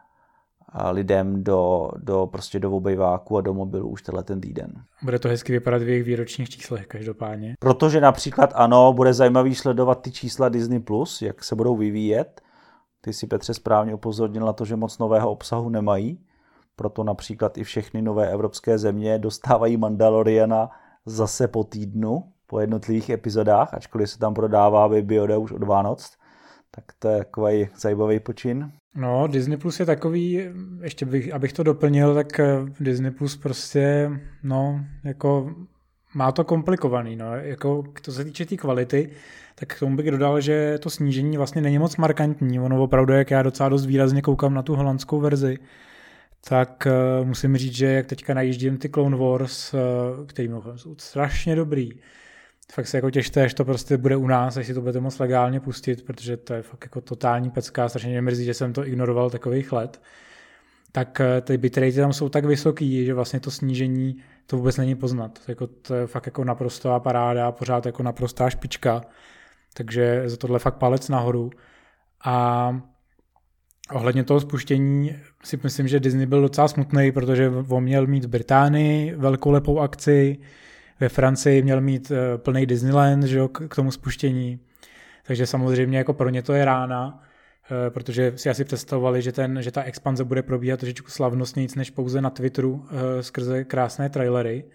a lidem do, do, prostě do obejváku a do mobilu už tenhle ten týden.
Bude to hezky vypadat v jejich výročních číslech každopádně.
Protože například ano, bude zajímavý sledovat ty čísla Disney plus, jak se budou vyvíjet. Ty si, Petře, správně upozornil na to, že moc nového obsahu nemají. Proto například i všechny nové evropské země dostávají Mandaloriana zase po týdnu, po jednotlivých epizodách, ačkoliv se tam prodává Baby Yoda už od Vánoc. Tak to je takový zajímavý počin.
No, Disney Plus je takový, ještě bych, abych to doplnil, tak Disney Plus prostě, no, jako má to komplikovaný, no, jako to se týče té tý kvality, tak k tomu bych dodal, že to snížení vlastně není moc markantní, ono opravdu, jak já docela dost výrazně koukám na tu holandskou verzi, tak uh, musím říct, že jak teďka najíždím ty Clone Wars, uh, který jsou strašně dobrý, fakt se jako těšte, až to prostě bude u nás, až si to budete moc legálně pustit, protože to je fakt jako totální pecka, strašně mě mrzí, že jsem to ignoroval takových let, tak ty bitrate tam jsou tak vysoký, že vlastně to snížení to vůbec není poznat. Jako to je fakt jako naprostá paráda, pořád jako naprostá špička, takže za tohle fakt palec nahoru. A ohledně toho spuštění si myslím, že Disney byl docela smutný, protože on měl mít v Británii velkou lepou akci, ve Francii měl mít plný Disneyland, že jo, k tomu spuštění. Takže samozřejmě jako pro ně to je rána, protože si asi představovali, že, ten, že ta expanze bude probíhat trošičku slavnostnějc než pouze na Twitteru skrze krásné trailery.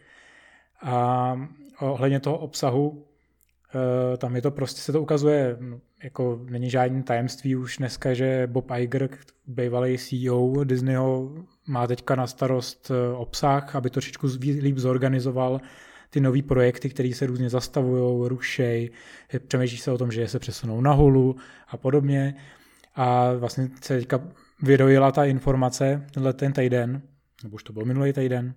A ohledně toho obsahu, tam je to prostě, se to ukazuje, jako není žádný tajemství už dneska, že Bob Iger, bývalý C E O Disneyho, má teďka na starost obsah, aby to trošičku líp zorganizoval, ty nový projekty, které se různě zastavují, rušej, přemýšlí se o tom, že se přesunou na Hulu a podobně. A vlastně se teďka vyrojila ta informace, tenhle ten týden, nebo už to byl minulý týden,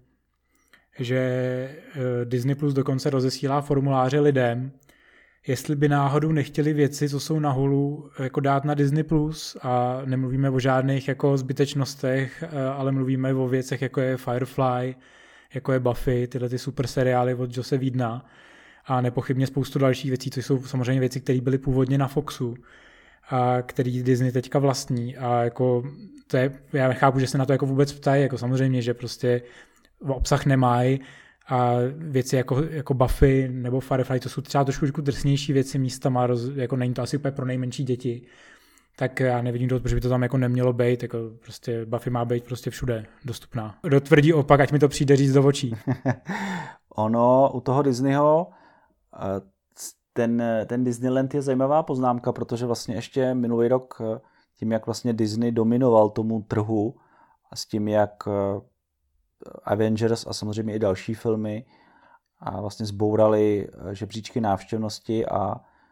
že Disney Plus dokonce rozesílá formuláře lidem, jestli by náhodou nechtěli věci, co jsou na Hulu, jako dát na Disney Plus, a nemluvíme o žádných jako zbytečnostech, ale mluvíme o věcech, jako je Firefly, jako je Buffy, tyhle ty super seriály od Josse Whedona a nepochybně spoustu dalších věcí, což jsou samozřejmě věci, které byly původně na Foxu a který Disney teďka vlastní a jako to je, já nechápu, že se na to jako vůbec ptají, jako samozřejmě, že prostě obsah nemají a věci jako, jako Buffy nebo Firefly, to jsou třeba trošku drsnější věci místama, roz, jako není to asi úplně pro nejmenší děti, tak já nevidím důvod, protože by to tam jako nemělo být, jako prostě Buffy má být prostě všude dostupná. Kdo tvrdí opak, ať mi to přijde říct do očí.
Ono u toho Disneyho, ten, ten Disneyland je zajímavá poznámka, protože vlastně ještě minulý rok tím, jak vlastně Disney dominoval tomu trhu a s tím, jak Avengers a samozřejmě i další filmy a vlastně zbourali žebříčky návštěvnosti a,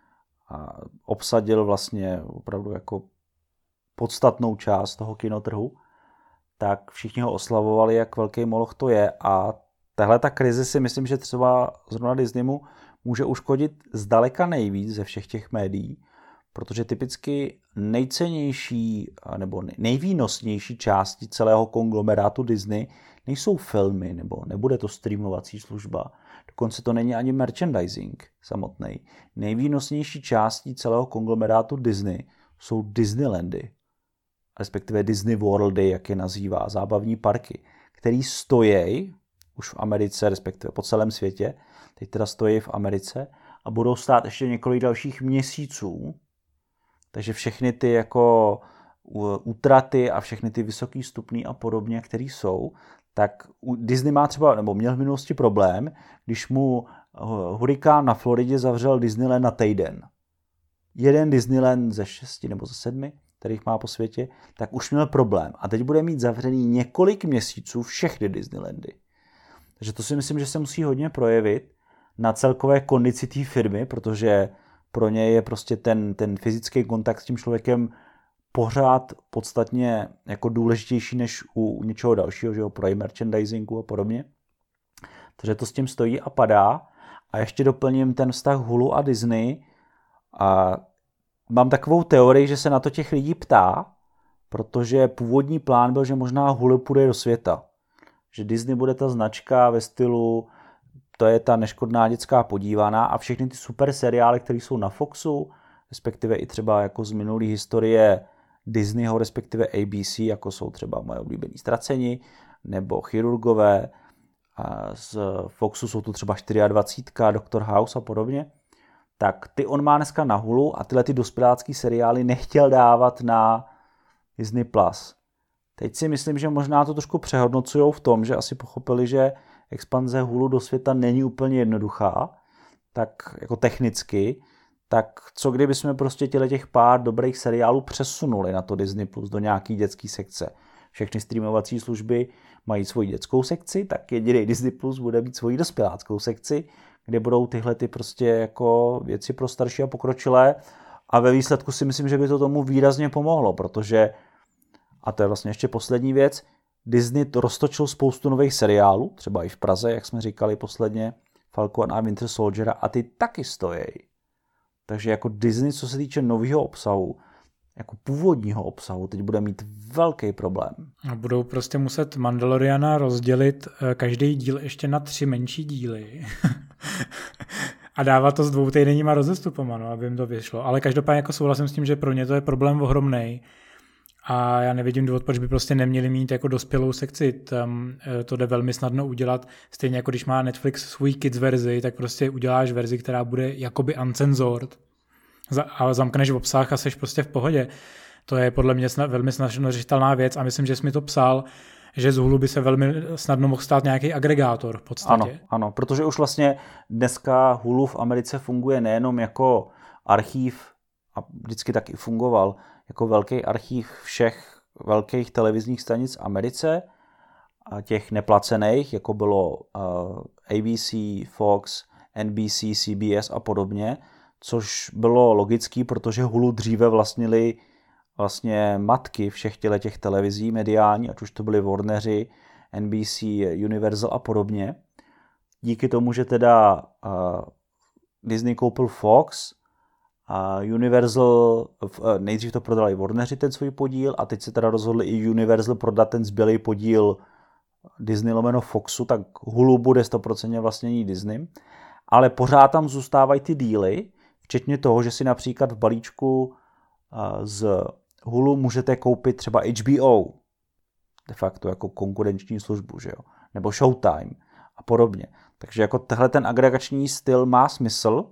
a obsadil vlastně opravdu jako podstatnou část toho kinotrhu, tak všichni ho oslavovali, jak velký moloch to je a tahle ta krize si myslím, že třeba zrovna Disneymu může uškodit zdaleka nejvíc ze všech těch médií, protože typicky nejcennější nebo nejvýnosnější části celého konglomerátu Disney nejsou filmy, nebo nebude to streamovací služba, dokonce to není ani merchandising samotný. Nejvýnosnější částí celého konglomerátu Disney jsou Disneylandy, respektive Disney Worldy, jak je nazývá, zábavní parky, který stojí už v Americe, respektive po celém světě, teď teda stojí v Americe a budou stát ještě několik dalších měsíců. Takže všechny ty jako útraty a všechny ty vysoký stupny a podobně, které jsou, tak Disney má třeba, nebo měl v minulosti problém, když mu hurikán na Floridě zavřel Disneyland na týden. Jeden Disneyland ze šesti nebo ze sedmi, kterých má po světě, tak už měl problém. A teď bude mít zavřený několik měsíců všechny Disneylandy. Takže to si myslím, že se musí hodně projevit na celkové kondici té firmy, protože pro ně je prostě ten, ten fyzický kontakt s tím člověkem pořád podstatně jako důležitější než u něčeho dalšího, že jo, pro merchandisingu a podobně. Takže to s tím stojí a padá. A ještě doplním ten vztah Hulu a Disney. A mám takovou teorii, že se na to těch lidí ptá, protože původní plán byl, že možná Hulu půjde do světa. Že Disney bude ta značka ve stylu, to je ta neškodná dětská podívaná a všechny ty super seriály, které jsou na Foxu, respektive i třeba jako z minulé historie Disneyho, respektive A B C, jako jsou třeba Moje oblíbení ztraceni, nebo Chirurgové, a z Foxu jsou tu třeba dvacet čtyři, Doktor House a podobně, tak ty on má dneska na Hulu a tyhle ty dospělácký seriály nechtěl dávat na Disney Plus. Teď si myslím, že možná to trošku přehodnocujou v tom, že asi pochopili, že expanze Hulu do světa není úplně jednoduchá, tak jako technicky, tak co kdyby jsme prostě těle těch pár dobrých seriálů přesunuli na to Disney Plus do nějaký dětský sekce. Všechny streamovací služby mají svoji dětskou sekci, tak jediný Disney Plus bude mít svoji dospěláckou sekci, kde budou tyhle ty prostě jako věci pro starší a pokročilé a ve výsledku si myslím, že by to tomu výrazně pomohlo, protože, a to je vlastně ještě poslední věc, Disney roztočil spoustu nových seriálů, třeba i v Praze, jak jsme říkali posledně, Falcon a Winter Soldiera, a ty taky stojí. Takže jako Disney, co se týče nového obsahu, jako původního obsahu, teď bude mít velký problém.
A budou prostě muset Mandaloriana rozdělit každý díl ještě na tři menší díly. A dávat to s dvou týdenníma rozestupama, no, aby jim to vyšlo. Ale každopádně jako souhlasím s tím, že pro ně to je problém ohromnej. A já nevidím důvod, proč by prostě neměli mít jako dospělou sekci. Tam to jde velmi snadno udělat. Stejně jako když má Netflix svůj kids verzi, tak prostě uděláš verzi, která bude jakoby uncensored. A zamkneš v obsah a seš prostě v pohodě. To je podle mě snad, velmi snadno řešitelná věc a myslím, že jsi mi to psal, že z Hulu by se velmi snadno mohl stát nějaký agregátor v podstatě.
Ano, ano, protože už vlastně dneska Hulu v Americe funguje nejenom jako archív, a vždycky taky fungoval, jako velký archív všech velkých televizních stanic v Americe, a těch neplacených, jako bylo uh, A B C, Fox, N B C, C B S a podobně, což bylo logický, protože Hulu dříve vlastnili vlastně matky všech těch televizí mediální, ať už to byly Warneri, N B C, Universal a podobně. Díky tomu, že teda uh, Disney koupil Fox a Universal, uh, nejdřív to prodali Warneri ten svůj podíl a teď se teda rozhodli i Universal prodat ten zbylý podíl Disney lomeno Foxu, tak Hulu bude sto procent vlastnění Disney, ale pořád tam zůstávají ty díly, včetně toho, že si například v balíčku z Hulu můžete koupit třeba H B O, de facto jako konkurenční službu, že jo? Nebo Showtime a podobně. Takže jako tehle ten agregační styl má smysl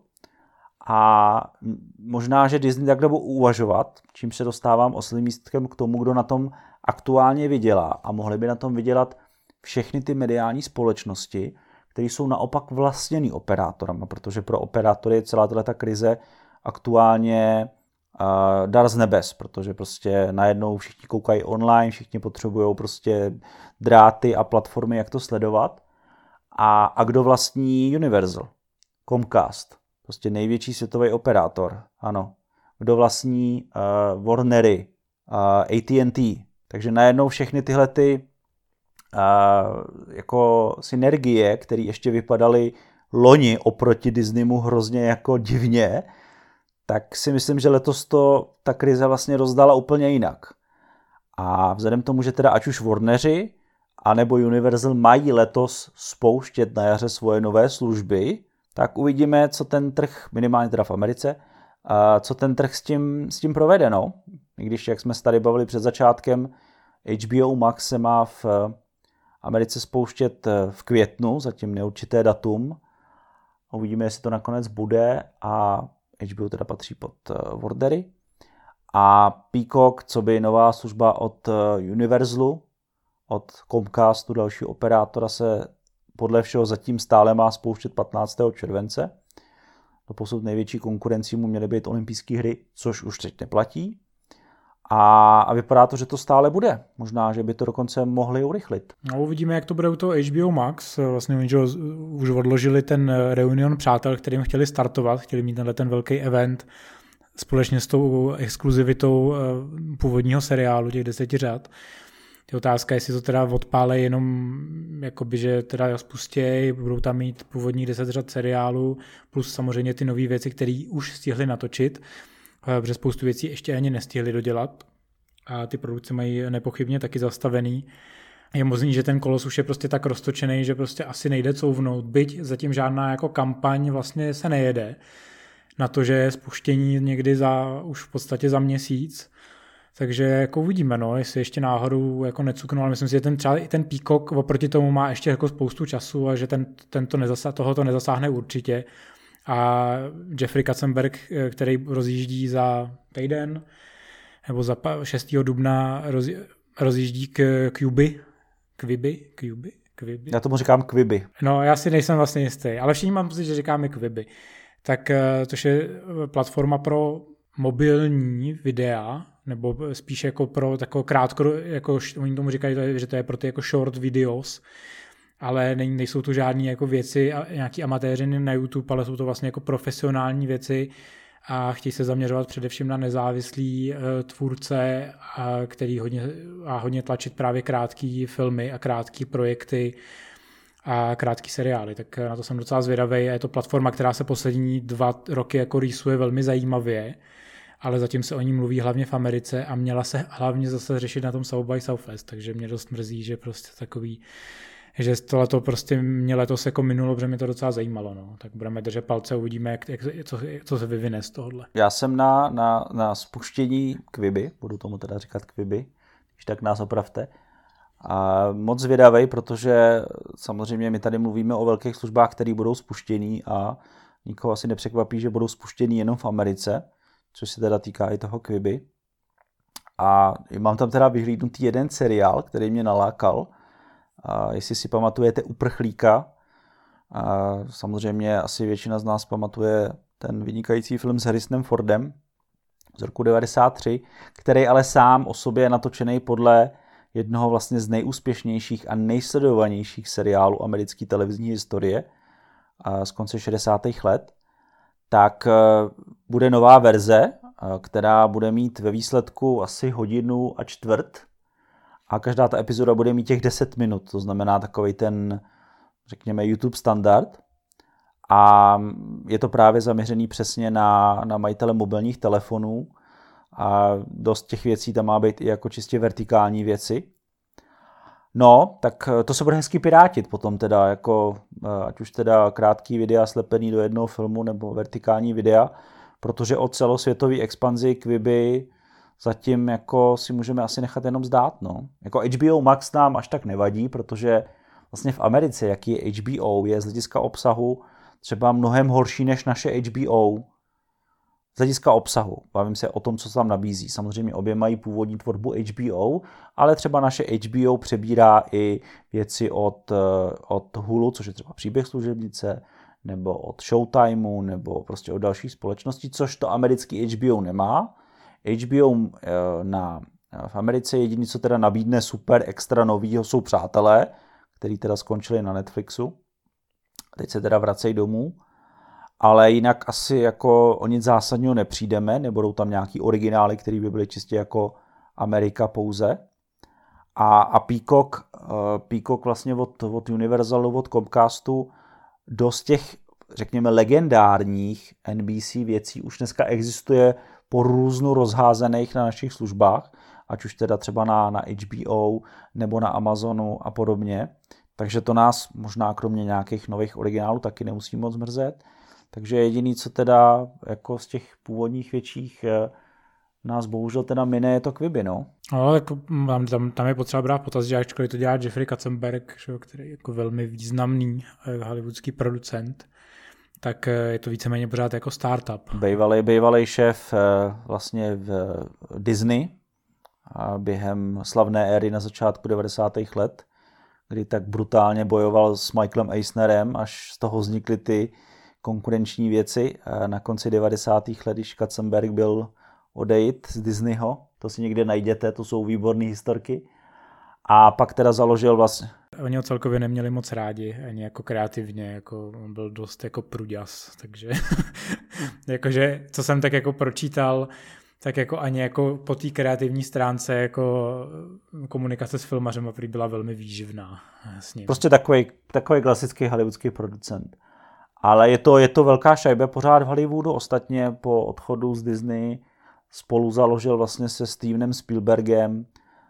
a možná, že Disney takhle bude uvažovat, čím se dostávám oslým lístkem k tomu, kdo na tom aktuálně vydělá a mohli by na tom vydělat všechny ty mediální společnosti, které jsou naopak vlastněný operátorama, protože pro operátory je celá tato krize aktuálně uh, dar z nebes, protože prostě najednou všichni koukají online, všichni potřebují prostě dráty a platformy, jak to sledovat. A, a kdo vlastní Universal? Comcast, prostě největší světový operátor, ano. Kdo vlastní uh, Warnery, uh, A T and T. Takže najednou všechny tyhle ty uh, jako synergie, které ještě vypadaly loni oproti Disneymu hrozně jako divně, tak si myslím, že letos to ta krize vlastně rozdala úplně jinak. A vzhledem k tomu, že teda ať už Warneri, anebo Universal mají letos spouštět na jaře svoje nové služby, tak uvidíme, co ten trh, minimálně teda v Americe, co ten trh s tím, s tím provede. No. I když, jak jsme se tady bavili před začátkem, H B O Max se má v Americe spouštět v květnu, zatím neurčité datum. Uvidíme, jestli to nakonec bude a H B O teda patří pod Warnery. A Peacock, co by nová služba od Universalu, od Comcastu, dalšího operátora, se podle všeho zatím stále má spouštět patnáctého července. Doposud největší konkurencí mu měly být olympijské hry, což už teď neplatí. A, a vypadá to, že to stále bude. Možná, že by to dokonce mohli urychlit.
No, uvidíme, jak to bude u toho H B O Max. Vlastně oni už odložili ten reunion přátel, kterým chtěli startovat, chtěli mít tenhle ten velký event společně s tou exkluzivitou původního seriálu, těch deseti řad. Je otázka, jestli to teda odpálej jenom, jakoby, že teda spustěj, budou tam mít původní deset řad seriálu, plus samozřejmě ty nové věci, které už stihli natočit, protože spoustu věcí ještě ani nestihli dodělat a ty produkce mají nepochybně taky zastavený. Je možný, že ten kolos už je prostě tak roztočený, že prostě asi nejde couvnout, byť zatím žádná jako kampaň vlastně se nejede na to, že je spuštění někdy za, už v podstatě za měsíc. Takže jako uvidíme, no, jestli ještě náhodou jako necuknu, ale myslím si, že ten, třeba i ten Peacock oproti tomu má ještě jako spoustu času a že ten, ten to nezasa, tohoto nezasáhne určitě. A Jeffrey Katzenberg, který rozjíždí za týden, nebo za šestého dubna roz, rozjíždí k Quibi, Quibi, Quibi, Quibi.
Já tomu říkám Quibi.
No, já si nejsem vlastně jistý, ale všichni mám pocit, že říkáme Quibi. Tak což je platforma pro mobilní videa, nebo spíš jako pro takovou krátko, jako oni tomu říkají, že to je pro ty jako short videos, ale nejsou to žádné jako věci, nějaký amatéři na YouTube, ale jsou to vlastně jako profesionální věci a chtějí se zaměřovat především na nezávislý uh, tvůrce, a který hodně, a hodně tlačit právě krátký filmy a krátký projekty a krátký seriály, tak na to jsem docela zvědavý a je to platforma, která se poslední dva roky jako rýsuje velmi zajímavě, ale zatím se o ní mluví hlavně v Americe a měla se hlavně zase řešit na tom South by Southwest, takže mě dost mrzí, že prostě takový, že tohleto prostě mě letos jako minulo, protože mě to docela zajímalo, no. Tak budeme držet palce, uvidíme, jak, jak, co, co se vyvine z tohohle.
Já jsem na, na, na spuštění Quibi, budu tomu teda říkat Quibi, když tak nás opravte, a moc zvědavej, protože samozřejmě my tady mluvíme o velkých službách, které budou spuštěný a nikoho asi nepřekvapí, že budou spuštěný jenom v Americe, což se teda týká i toho Quibi. A mám tam teda vyhlídnutý jeden seriál, který mě nalákal. A jestli si pamatujete Uprchlíka, a samozřejmě asi většina z nás pamatuje ten vynikající film s Harrisonem Fordem z roku devadesát tři, který ale sám o sobě je natočený podle jednoho vlastně z nejúspěšnějších a nejsledovanějších seriálů americké televizní historie z konce šedesátých let, tak bude nová verze, která bude mít ve výsledku asi hodinu a čtvrt a každá ta epizoda bude mít těch deset minut, to znamená takovej ten, řekněme, YouTube standard a je to právě zaměřený přesně na, na majitele mobilních telefonů a dost těch věcí tam má být i jako čistě vertikální věci. No, tak to se bude hezky pirátit potom teda, jako, ať už teda krátký videa slepený do jednoho filmu nebo vertikální videa, protože o celosvětové expanzi Quibi zatím jako si můžeme asi nechat jenom zdát. No. Jako H B O Max nám až tak nevadí, protože vlastně v Americe, jaký je H B O, je z hlediska obsahu třeba mnohem horší než naše H B O. Z hlediska obsahu. Bavím se o tom, co se tam nabízí. Samozřejmě obě mají původní tvorbu H B O, ale třeba naše H B O přebírá i věci od, od Hulu, což je třeba Příběh služebnice, nebo od Showtimeu, nebo prostě od dalších společností, což to americký H B O nemá. H B O na, v Americe jediný, co teda nabídne super extra novýho, jsou Přátelé, který teda skončili na Netflixu. Teď se teda vracejí domů. Ale jinak asi jako o nic zásadního nepřijdeme, nebudou tam nějaký originály, které by byly čistě jako Amerika pouze. A, a Peacock, uh, Peacock vlastně od, od Universalu, od Comcastu, dost těch, řekněme, legendárních N B C věcí už dneska existuje po různu rozházených na našich službách, ať už teda třeba na, na H B O nebo na Amazonu a podobně. Takže to nás možná kromě nějakých nových originálů taky nemusí moc mrzet. Takže jediný, co teda jako z těch původních větších nás bohužel teda mine, je to Quibi, no.
No, tak tam, tam je potřeba brát potaz, že ačkoliv to dělá Jeffrey Katzenberg, který je jako velmi významný hollywoodský producent, tak je to víceméně pořád jako startup.
Bývalý, bývalý šéf vlastně v Disney a během slavné éry na začátku devadesátých let, kdy tak brutálně bojoval s Michaelem Eisnerem, až z toho vznikly ty konkurenční věci. Na konci devadesátých let, když Katzenberg byl odejít z Disneyho, to si někde najděte, to jsou výborné historky. A pak teda založil vlastně...
Oni ho celkově neměli moc rádi, ani jako kreativně, jako on byl dost jako pruďas, takže jakože, co jsem tak jako pročítal, tak jako ani jako po té kreativní stránce jako komunikace s filmařem prý byla velmi výživná. Jasně.
Prostě takový, takový klasický hollywoodský producent. Ale je to, je to velká šajba pořád v Hollywoodu. Ostatně po odchodu z Disney spolu založil vlastně se Stevenem Spielbergem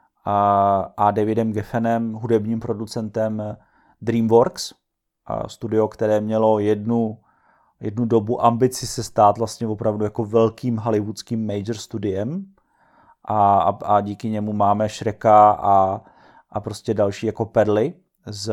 a, a Davidem Geffenem, hudebním producentem DreamWorks, a studio, které mělo jednu, jednu dobu ambici se stát vlastně opravdu jako velkým hollywoodským major studiem. A, a, a díky němu máme Shreka a, a prostě další jako perly z,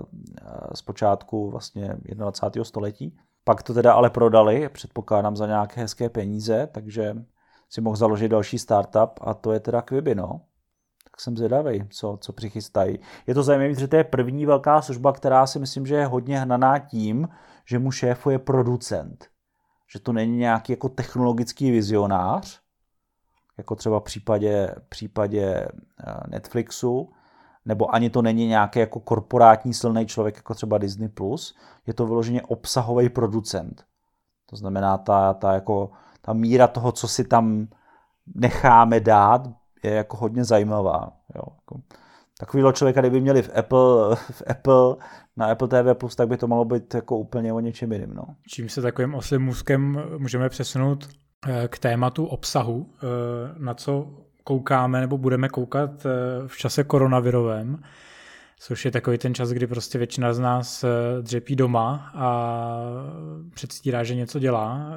z počátku vlastně dvacátého století. Pak to teda ale prodali, předpokládám za nějaké hezké peníze, takže si mohl založit další startup a to je teda Quibi, no. Tak jsem zvědavý, co, co přichystají. Je to zajímavé, že to je první velká služba, která si myslím, že je hodně hnaná tím, že mu šéfuje producent. Že to není nějaký jako technologický vizionář, jako třeba v případě, v případě Netflixu, nebo ani to není nějaký jako korporátní silný člověk, jako třeba Disney plus, je to vyloženě obsahový producent. To znamená, ta, ta, jako, ta míra toho, co si tam necháme dát, je jako hodně zajímavá. Jo. Takovýhle člověka, kdyby měli v Apple, v Apple, na Apple T V plus, tak by to mohlo být jako úplně o něčem jiným. No.
Čím se takovým oslým můstkem můžeme přesunout k tématu obsahu, na co koukáme nebo budeme koukat v čase koronavirovém, což je takový ten čas, kdy prostě většina z nás dřepí doma a předstírá, že něco dělá,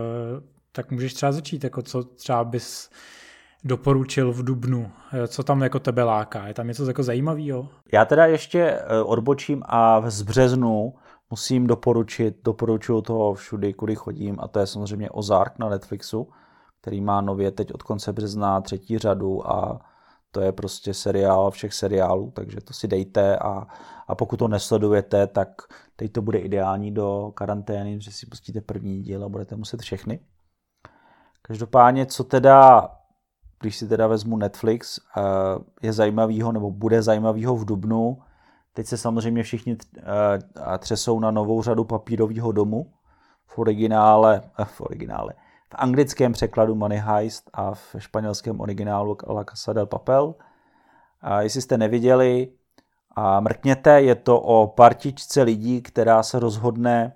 tak můžeš třeba začít, jako co třeba bys doporučil v dubnu, co tam jako tebe láká, je tam něco jako zajímavého?
Já teda ještě odbočím a v březnu musím doporučit, doporučuju toho všudy, kudy chodím, a to je samozřejmě Ozark na Netflixu, který má nově teď od konce března třetí řadu a to je prostě seriál všech seriálů, takže to si dejte a, a pokud to nesledujete, tak teď to bude ideální do karantény, že si pustíte první díl a budete muset všechny. Každopádně, co teda, když si teda vezmu Netflix, je zajímavýho nebo bude zajímavýho v dubnu, teď se samozřejmě všichni třesou na novou řadu Papírového domu, v originále, v originále, v anglickém překladu Money Heist a v španělském originálu La Casa del Papel. A jestli jste neviděli, a mrkněte, je to o partičce lidí, která se rozhodne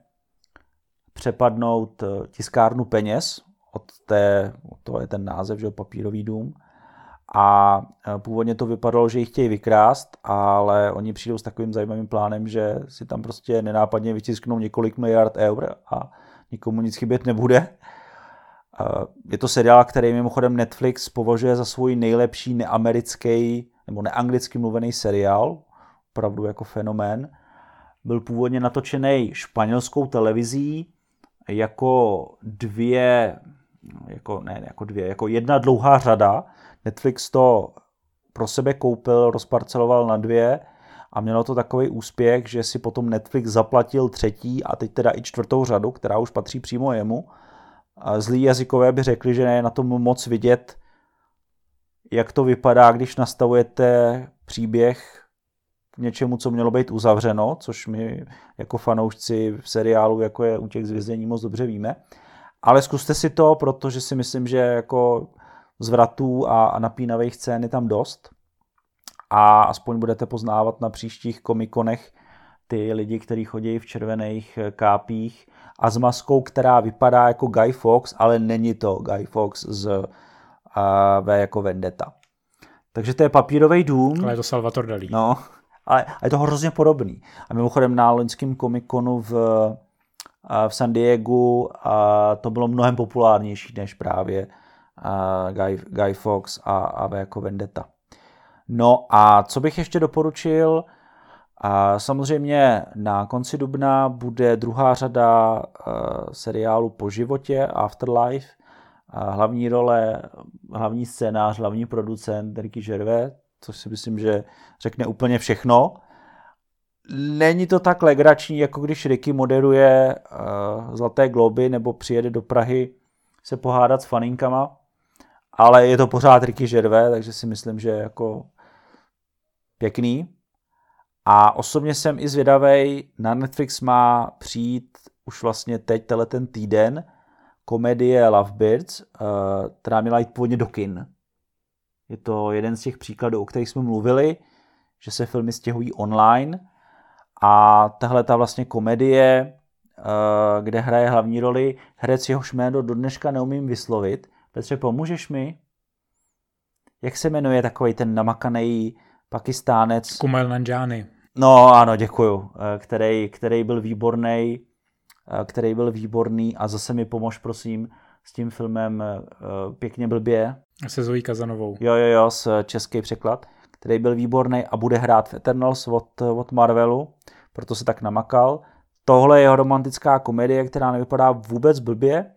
přepadnout tiskárnu peněz, od té, to je ten název, že Papírový dům, a původně to vypadalo, že ji chtějí vykrást, ale oni přijdou s takovým zajímavým plánem, že si tam prostě nenápadně vytisknou několik miliard eur a nikomu nic chybět nebude. Je to seriál, který mimochodem Netflix považuje za svůj nejlepší neamerický nebo neanglicky mluvený seriál, opravdu jako fenomén. Byl původně natočený španělskou televizí jako dvě, jako, ne, jako dvě, jako jedna dlouhá řada. Netflix to pro sebe koupil, rozparceloval na dvě a mělo to takový úspěch, že si potom Netflix zaplatil třetí a teď teda i čtvrtou řadu, která už patří přímo jemu. Zlí jazykové by řekli, že je na tom moc vidět, jak to vypadá, když nastavujete příběh k něčemu, co mělo být uzavřeno, což my jako fanoušci v seriálu, jako je Útěk z vězení, moc dobře víme. Ale zkuste si to, protože si myslím, že jako zvratů a, a napínavých scén je tam dost. A aspoň budete poznávat na příštích komikonech ty lidi, kteří chodí v červených kápích a s maskou, která vypadá jako Guy Fawkes, ale není to Guy Fawkes z uh, V jako Vendetta. Takže to je Papírový dům.
Ale je to Salvador Dalí.
No, ale je to hrozně podobný. A mimochodem na loňském komikonu v, v San Diegu a to bylo mnohem populárnější než právě uh, Guy, Guy Fawkes a, a V jako Vendetta. No a co bych ještě doporučil, a samozřejmě na konci dubna bude druhá řada uh, seriálu Po životě, Afterlife. A hlavní role, hlavní scénář, hlavní producent Ricky Gervais, což si myslím, že řekne úplně všechno. Není to tak legrační, jako když Ricky moderuje uh, Zlaté globy nebo přijede do Prahy se pohádat s faninkama, ale je to pořád Ricky Gervais, takže si myslím, že je jako pěkný. A osobně jsem i zvědavej, na Netflix má přijít už vlastně teď tenhle ten týden komedie Lovebirds, která měla jít původně do kin. Je to jeden z těch příkladů, o kterých jsme mluvili, že se filmy stěhují online a tahle ta vlastně komedie, kde hraje hlavní roli herec, jehož jméno do dneška neumím vyslovit. Petře, pomůžeš mi? Jak se jmenuje takovej ten namakanej Pakistánec?
Kumail Nanjiani.
No ano, děkuju. Který, který byl výborný, který byl výborný a zase mi pomož, prosím, s tím filmem Pěkně blbě.
Se Zoí Kazanovou.
Jo, jo, jo, s český překlad, který byl výborný a bude hrát v Eternals od, od Marvelu, proto se tak namakal. Tohle je jeho romantická komedie, která nevypadá vůbec blbě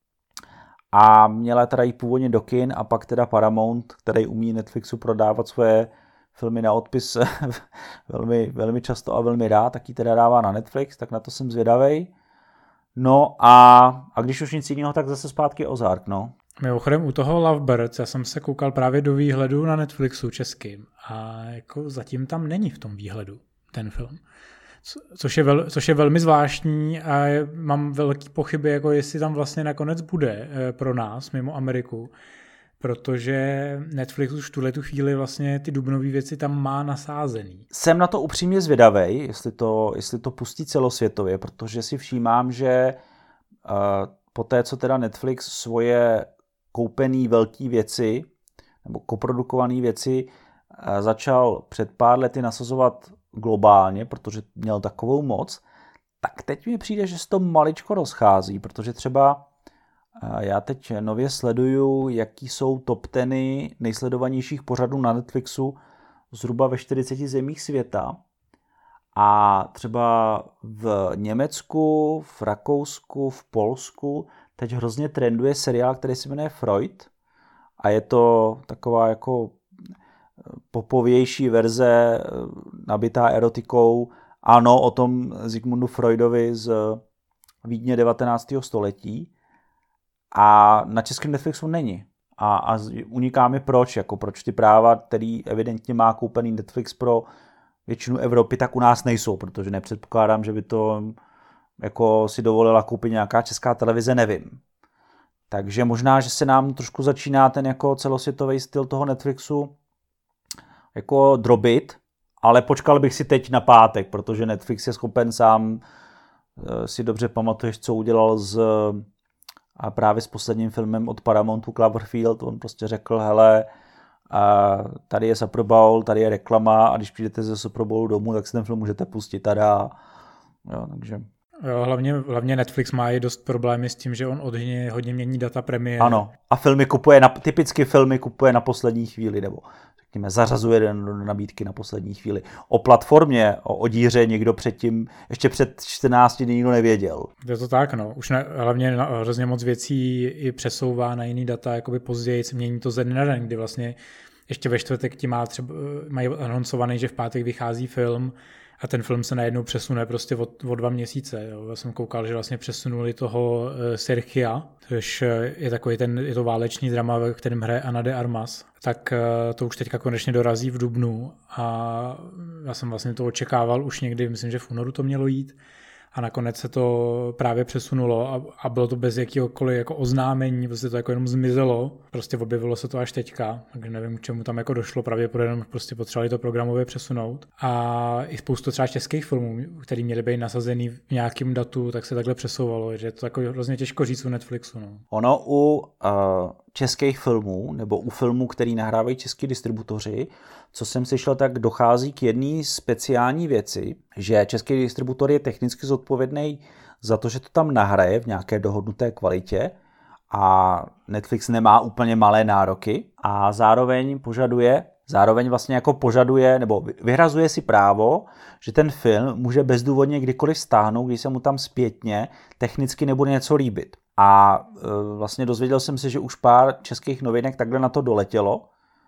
a měla teda jít původně do kin a pak teda Paramount, který umí Netflixu prodávat svoje filmy na odpis velmi, velmi často a velmi rád, tak ji teda dává na Netflix, tak na to jsem zvědavej. No a, a když už nic jiného, tak zase zpátky Ozark, no.
Mimochodem u toho Lovebirds, já jsem se koukal právě do výhledu na Netflixu českým a jako zatím tam není v tom výhledu ten film. Co, což, je vel, což je velmi zvláštní a je, mám velký pochyby, jako jestli tam vlastně nakonec bude e, pro nás mimo Ameriku, protože Netflix už v tuhletu chvíli vlastně ty dubnové věci tam má nasázený.
Jsem na to upřímně zvědavej, jestli to, jestli to pustí celosvětově, protože si všímám, že uh, po té, co teda Netflix svoje koupený velké věci nebo koprodukované věci uh, začal před pár lety nasazovat globálně, protože měl takovou moc, tak teď mi přijde, že se to maličko rozchází, protože třeba já teď nově sleduju, jaký jsou top teny nejsledovanějších pořadů na Netflixu zhruba ve čtyřiceti zemích světa. A třeba v Německu, v Rakousku, v Polsku teď hrozně trenduje seriál, který se jmenuje Freud. A je to taková jako popovější verze nabitá erotikou. Ano, o tom Sigmundu Freudovi z Vídně devatenáctého století. A na českém Netflixu není. A, a uniká mi proč, jako proč ty práva, který evidentně má koupený Netflix pro většinu Evropy, tak u nás nejsou, protože nepředpokládám, že by to jako si dovolila koupit nějaká česká televize, nevím. Takže možná, že se nám trošku začíná ten jako celosvětový styl toho Netflixu jako drobit, ale počkal bych si teď na pátek, protože Netflix je schopen sám, si dobře pamatuješ, co udělal z a právě s posledním filmem od Paramountu Cloverfield, on prostě řekl, hele, a tady je Super Bowl, tady je reklama a když přijdete ze Super Bowlu domů, tak si ten film můžete pustit tada. Jo, takže...
Jo, hlavně, hlavně Netflix má i dost problémy s tím, že on hodně, hodně mění data premiér.
Ano, a filmy kupuje, na, typicky filmy kupuje na poslední chvíli, nebo řekněme zařazuje do nabídky na poslední chvíli. O platformě, o Odíře někdo předtím, ještě před čtrnácti dny nikdo nevěděl.
Je to tak, no. Už ne, hlavně hrozně moc věcí i přesouvá na jiný data, jakoby později, mění to ze dne na den, kdy vlastně ještě ve čtvrtek ti má třeba, mají anoncovaný, že v pátek vychází film, a ten film se najednou přesune prostě o, o dva měsíce. Jo. Já jsem koukal, že vlastně přesunuli toho uh, Sergia, což je takový ten, je to váleční drama, ve kterém hraje Ana de Armas. Tak uh, to už teďka konečně dorazí v dubnu a já jsem vlastně to očekával už někdy, myslím, že v únoru to mělo jít. A nakonec se to právě přesunulo a, a bylo to bez jakýhokoliv jako oznámení, prostě to jako jenom zmizelo. Prostě objevilo se to až teďka, takže nevím, k čemu tam jako došlo, pravděpodobně prostě potřebovali to programově přesunout. A i spoustu třeba českých filmů, který měly být nasazený v nějakém datu, tak se takhle přesouvalo, že je to jako hrozně těžko říct u Netflixu. No.
Ono u uh, českých filmů, nebo u filmů, který nahrávají český distributoři, co jsem slyšel, tak dochází k jedné speciální věci, že český distributor je technicky zodpovědný za to, že to tam nahraje v nějaké dohodnuté kvalitě a Netflix nemá úplně malé nároky a zároveň požaduje, zároveň vlastně jako požaduje nebo vyhrazuje si právo, že ten film může bezdůvodně kdykoliv stáhnout, když se mu tam zpětně technicky nebude něco líbit. A e, vlastně dozvěděl jsem se, že už pár českých novinek takhle na to doletělo,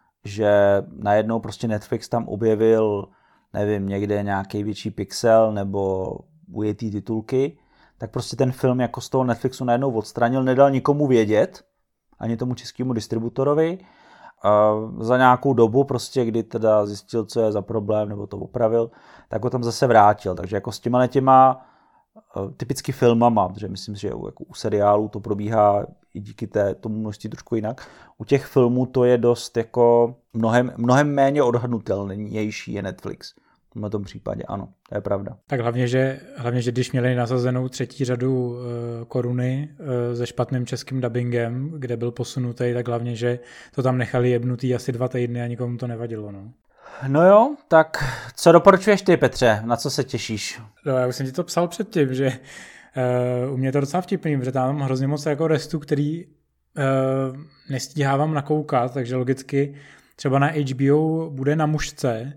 že najednou prostě Netflix tam objevil, nevím, někde nějaký větší pixel nebo ujetý titulky, tak prostě ten film jako z toho Netflixu najednou odstranil, nedal nikomu vědět, ani tomu českému distributorovi. A za nějakou dobu prostě, kdy teda zjistil, co je za problém, nebo to opravil, tak ho tam zase vrátil. Takže jako s těma těma typicky filmama, protože myslím, že jako u seriálů to probíhá i díky té, tomu množství trošku jinak. U těch filmů to je dost jako mnohem, mnohem méně odhadnutelnější je Netflix. V tom případě, ano, to je pravda.
Tak hlavně, že, hlavně, že když měli nasazenou třetí řadu uh, Koruny uh, se špatným českým dubbingem, kde byl posunutý, tak hlavně, že to tam nechali jebnutý asi dva týdny a nikomu to nevadilo, no.
No jo, tak co doporučuješ ty, Petře? Na co se těšíš?
No, já už jsem ti to psal předtím, že uh, u mě je to docela vtipný, protože tam mám hrozně moc jako restů, který uh, nestíhávám nakoukat, takže logicky třeba na H B O bude Na mužce,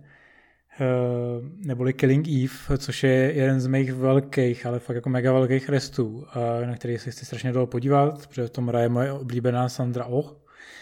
uh, neboli Killing Eve, což je jeden z mých velkých, ale fakt jako mega velkých restů, uh, na který se chci strašně dlouho podívat, protože v tom hraje moje oblíbená Sandra Oh.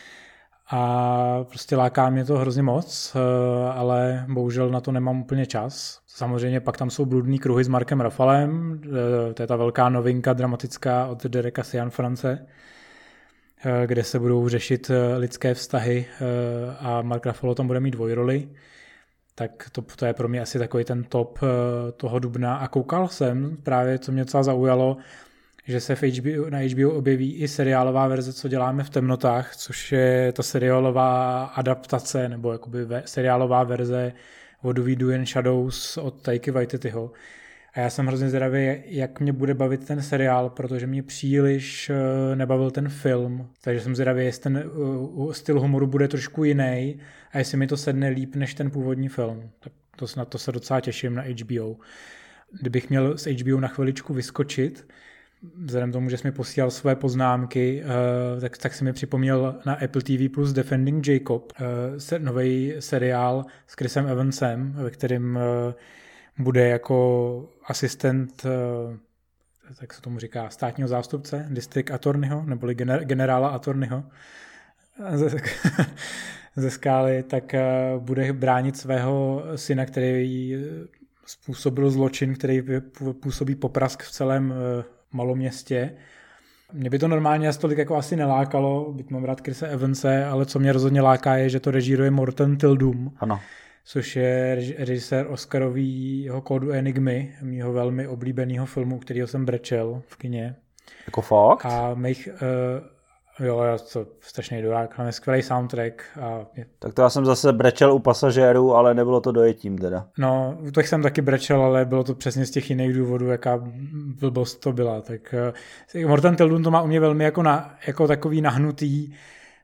A prostě láká mě to hrozně moc, ale bohužel na to nemám úplně čas. Samozřejmě pak tam jsou Bludný kruhy s Markem Ruffalem, to je ta velká novinka dramatická od Dereka Cianfrance, kde se budou řešit lidské vztahy a Mark Ruffalo tam bude mít dvojroli. Tak to, to je pro mě asi takový ten top toho dubna. A koukal jsem právě, co mě docela zaujalo, že se v H B O, na H B O objeví i seriálová verze, co děláme v temnotách, což je ta seriálová adaptace, nebo jakoby ve, seriálová verze What Do We Do in Shadows od Taiki Waititiho. A já jsem hrozně zvědavý, jak mě bude bavit ten seriál, protože mě příliš nebavil ten film. Takže jsem zvědavý, jestli ten uh, styl humoru bude trošku jiný a jestli mi to sedne líp než ten původní film. Tak to, na to se docela těším na H B O. Kdybych měl z H B O na chviličku vyskočit, vzhledem tomu, že jsi mi posílal své poznámky, uh, tak, tak si mi připomněl na Apple T V plus Defending Jacob, uh, se, nový seriál s Chrisem Evansem, ve kterém uh, bude jako asistent, uh, tak se tomu říká, státního zástupce, district attorneyho, neboli gener, generála attorneyho ze, ze Skály, tak uh, bude bránit svého syna, který způsobil zločin, který působí poprask v celém uh, maloměstě. Mě by to normálně asi tolik jako asi nelákalo, byť mám rád Chrise Evanse, ale co mě rozhodně láká je, že to režíruje Morten Tildum,
ano. Což
je režisér Oscarovýho Kódu Enigmy, mýho velmi oblíbeného filmu, kterýho jsem brečel v kině.
Jako fakt?
A mých, uh, jo, já to strašný durák, máme skvělý soundtrack. A je...
Tak to já jsem zase brečel u Pasažérů, ale nebylo to dojetím teda.
No, to jsem taky brečel, ale bylo to přesně z těch jiných důvodů, jaká blbost to byla. Tak uh, Morten Tildum to má u mě velmi jako, na, jako takový nahnutý,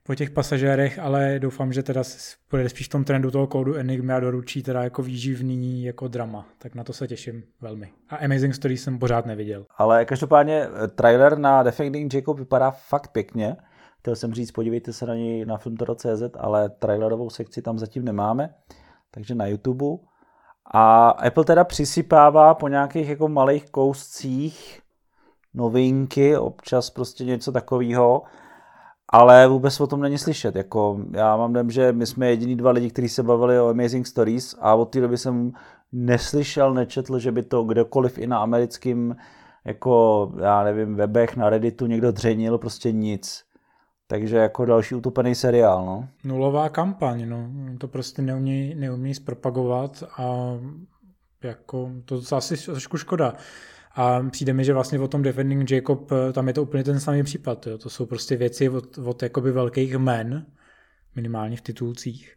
po těch pasažérech, ale doufám, že teda půjde spíš v tom trendu toho kódu Enigmy a doručí teda jako výživný jako drama. Tak na to se těším velmi. A Amazing Stories jsem pořád neviděl.
Ale každopádně trailer na Defending Jacob vypadá fakt pěkně. Chtěl jsem říct, podívejte se na něj na filmtoro tečka cé zet, ale trailerovou sekci tam zatím nemáme, takže na YouTube. A Apple teda přisypává po nějakých jako malých kouscích novinky, občas prostě něco takového, ale vůbec o tom není slyšet. Jako, já mám dojem, že my jsme jediní dva lidi, kteří se bavili o Amazing Stories a od té doby jsem neslyšel, nečetl, že by to kdokoliv i na americkém, jako já nevím, webech, na Redditu někdo dřenil, prostě nic. Takže jako další utopený seriál, no.
Nulová kampaň, no. To prostě neumí, neumí zpropagovat a jako to asi trošku škoda. A přijde mi, že vlastně o tom Defending Jacob, tam je to úplně ten samý případ. Jo. To jsou prostě věci od, od jakoby velkých jmen, minimálně v titulcích,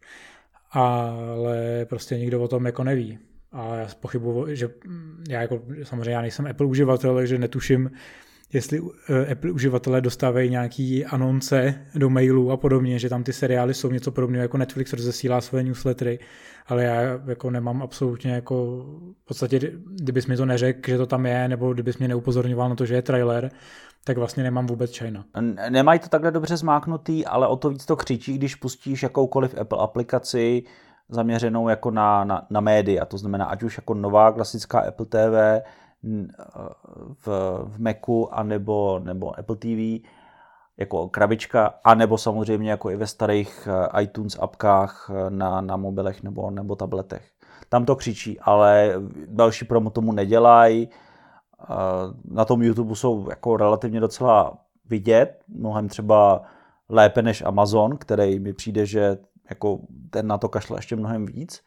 ale prostě nikdo o tom jako neví. A já pochybuji, že já jako, samozřejmě já nejsem Apple uživatel, takže netuším, jestli Apple uživatelé dostávají nějaký anonce do mailů a podobně, že tam ty seriály jsou něco podobného, jako Netflix rozesílá své newslettery, ale já jako nemám absolutně jako, v podstatě, kdybys mi to neřekl, že to tam je, nebo kdybys mě neupozorňoval na to, že je trailer, tak vlastně nemám vůbec čajna.
Nemají to takhle dobře zmáknutý, ale o to víc to křičí, když pustíš jakoukoliv Apple aplikaci zaměřenou jako na, na, na média, to znamená, ať už jako nová klasická Apple T V, v, v Macu a nebo, nebo Apple T V jako krabička, a nebo samozřejmě jako i ve starých iTunes apkách na, na mobilech nebo, nebo tabletech. Tam to křičí, ale další promo tomu nedělají. Na tom YouTube jsou jako relativně docela vidět, mnohem třeba lépe než Amazon, který mi přijde, že jako ten na to kašle ještě mnohem víc.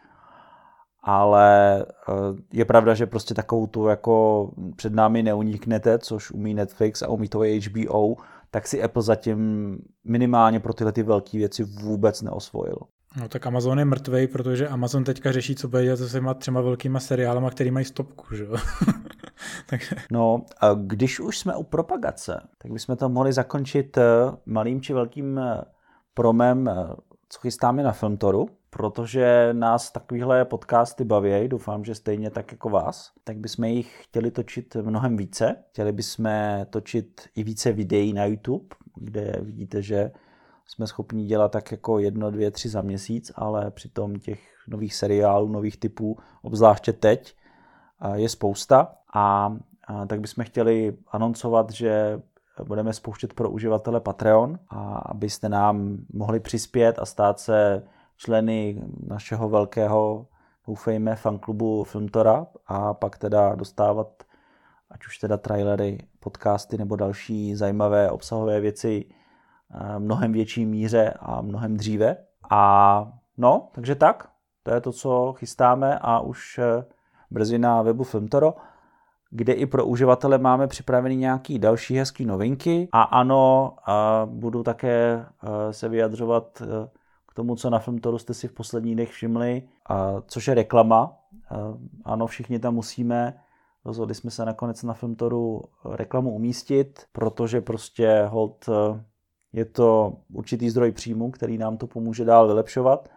Ale je pravda, že prostě takovou tu jako před námi neuniknete, což umí Netflix a umí to i H B O, tak si Apple zatím minimálně pro tyhle ty velké věci vůbec neosvojil.
No tak Amazon je mrtvej, protože Amazon teďka řeší, co bude dělat se svýma třema velkýma seriálama, který mají stopku, že jo? Takže...
No, a když už jsme u propagace, tak bychom to mohli zakončit malým či velkým promem, co chystáme na Filmtoru, protože nás takovýhle podcasty baví, doufám, že stejně tak jako vás, tak bychom jich chtěli točit mnohem více. Chtěli bychom točit i více videí na YouTube, kde vidíte, že jsme schopni dělat tak jako jedno, dvě, tři za měsíc, ale přitom těch nových seriálů, nových typů, obzvláště teď, je spousta. A, a tak bychom chtěli anoncovat, že budeme spouštět pro uživatele Patreon, a abyste nám mohli přispět a stát se členy našeho velkého, doufejme, fanklubu Filmtora a pak teda dostávat ať už teda trailery, podcasty nebo další zajímavé obsahové věci mnohem větší míře a mnohem dříve. A no, takže tak, to je to, co chystáme a už brzy na webu Filmtoro, kde i pro uživatele máme připravený nějaký další hezký novinky. A ano, a budu také se vyjadřovat k tomu, co na Filmtoru jste si v posledních dnech všimli, a což je reklama. Ano, všichni tam musíme. Rozhodli jsme se nakonec na Filmtoru reklamu umístit, protože prostě hold je to určitý zdroj příjmu, který nám to pomůže dál vylepšovat.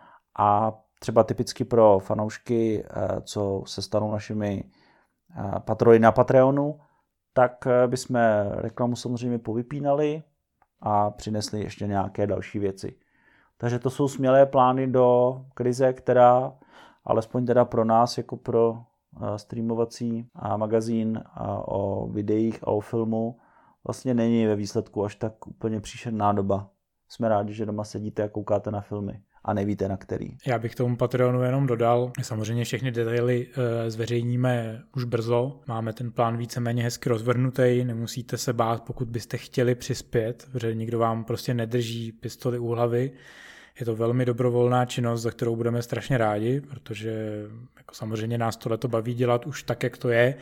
A třeba typicky pro fanoušky, co se stanou našimi patrony na Patreonu, tak bychom reklamu samozřejmě povypínali a přinesli ještě nějaké další věci. Takže to jsou smělé plány do krize, která alespoň teda pro nás, jako pro streamovací magazín o videích a o filmu, vlastně není ve výsledku až tak úplně příšerná doba. Jsme rádi, že doma sedíte a koukáte na filmy a nevíte na který.
Já bych tomu Patreonu jenom dodal, samozřejmě všechny detaily e, zveřejníme už brzo. Máme ten plán víceméně hezky rozvrhnutý, nemusíte se bát, pokud byste chtěli přispět, protože nikdo vám prostě nedrží pistoli u hlavy. Je to velmi dobrovolná činnost, za kterou budeme strašně rádi, protože jako samozřejmě nás tohleto baví dělat už tak, jak to je.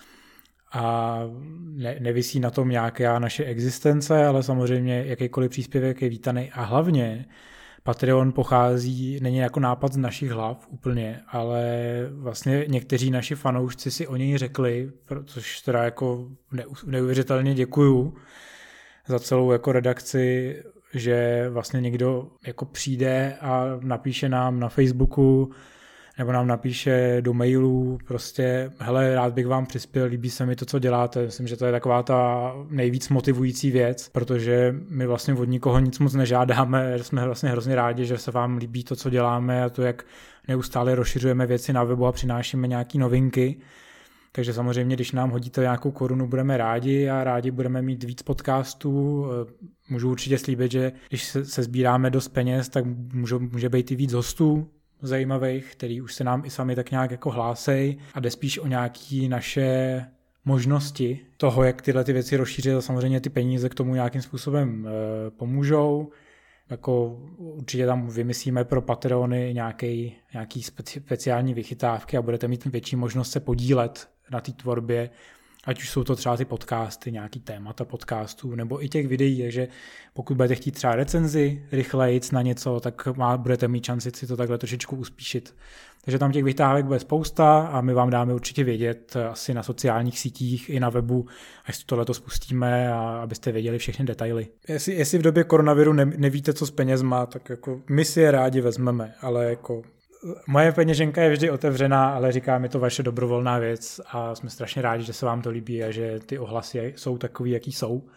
A ne, nevisí na tom nějaká naše existence, ale samozřejmě jakýkoliv příspěvek je vítaný. A hlavně Patreon pochází, není jako nápad z našich hlav úplně, ale vlastně někteří naši fanoušci si o něj řekli, což teda jako neuvěřitelně děkuju za celou jako redakci, že vlastně někdo jako přijde a napíše nám na Facebooku nebo nám napíše do mailu prostě hele, rád bych vám přispěl, líbí se mi to, co děláte. Myslím, že to je taková ta nejvíc motivující věc, protože my vlastně od nikoho nic moc nežádáme, jsme vlastně hrozně rádi, že se vám líbí to, co děláme a to, jak neustále rozšiřujeme věci na webu a přinášíme nějaké novinky. Takže samozřejmě, když nám hodíte nějakou korunu, budeme rádi a rádi budeme mít víc podcastů. Můžu určitě slíbit, že když se, se sbíráme dost peněz, tak můžu, může být i víc hostů zajímavých, který už se nám i sami tak nějak jako hlásej a jde spíš o nějaké naše možnosti toho, jak tyhle ty věci rozšířit a samozřejmě ty peníze k tomu nějakým způsobem e, pomůžou. Jako určitě tam vymyslíme pro Patreony nějaký, nějaký speci, speciální vychytávky a budete mít větší možnost se podílet na té tvorbě, ať už jsou to třeba ty podcasty, nějaký témata podcastů, nebo i těch videí, takže pokud budete chtít třeba recenzi rychlejc na něco, tak má, budete mít šanci si to takhle trošičku uspíšit. Takže tam těch vytávek bude spousta a my vám dáme určitě vědět asi na sociálních sítích i na webu, až tohleto spustíme a abyste věděli všechny detaily. Jestli, jestli v době koronaviru ne, nevíte, co s penězma, tak jako my si je rádi vezmeme, ale jako moje peněženka je vždy otevřená, ale říká mi to vaše dobrovolná věc a jsme strašně rádi, že se vám to líbí a že ty ohlasy jsou takový, jaký jsou.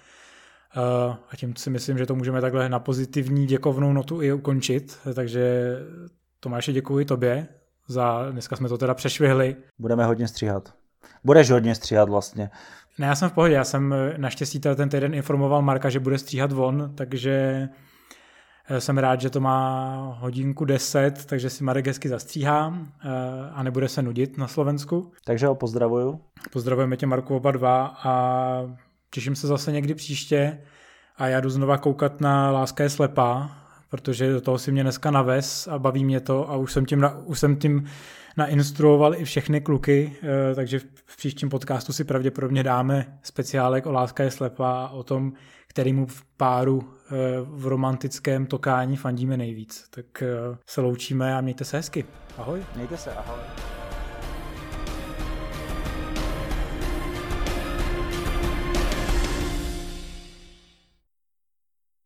A tím si myslím, že to můžeme takhle na pozitivní děkovnou notu i ukončit, takže Tomáši, děkuji tobě za, dneska jsme to teda přešvihli.
Budeme hodně stříhat. Budeš hodně stříhat vlastně.
Ne, já jsem v pohodě, já jsem naštěstí ten týden informoval Marka, že bude stříhat on, takže jsem rád, že to má hodinku deset, takže si Marek hezky zastříhá a nebude se nudit na Slovensku.
Takže ho pozdravuju.
Pozdravujeme tě, Marku, oba dva a těším se zase někdy příště a já jdu znova koukat na Láska je slepá, protože do toho si mě dneska navez a baví mě to a už jsem tím, na, už jsem tím nainstruoval i všechny kluky, takže v příštím podcastu si pravděpodobně dáme speciálek o Láska je slepá a o tom, kterému v páru v romantickém tokání fandíme nejvíc. Tak se loučíme a mějte se hezky. Ahoj.
Mějte se, ahoj.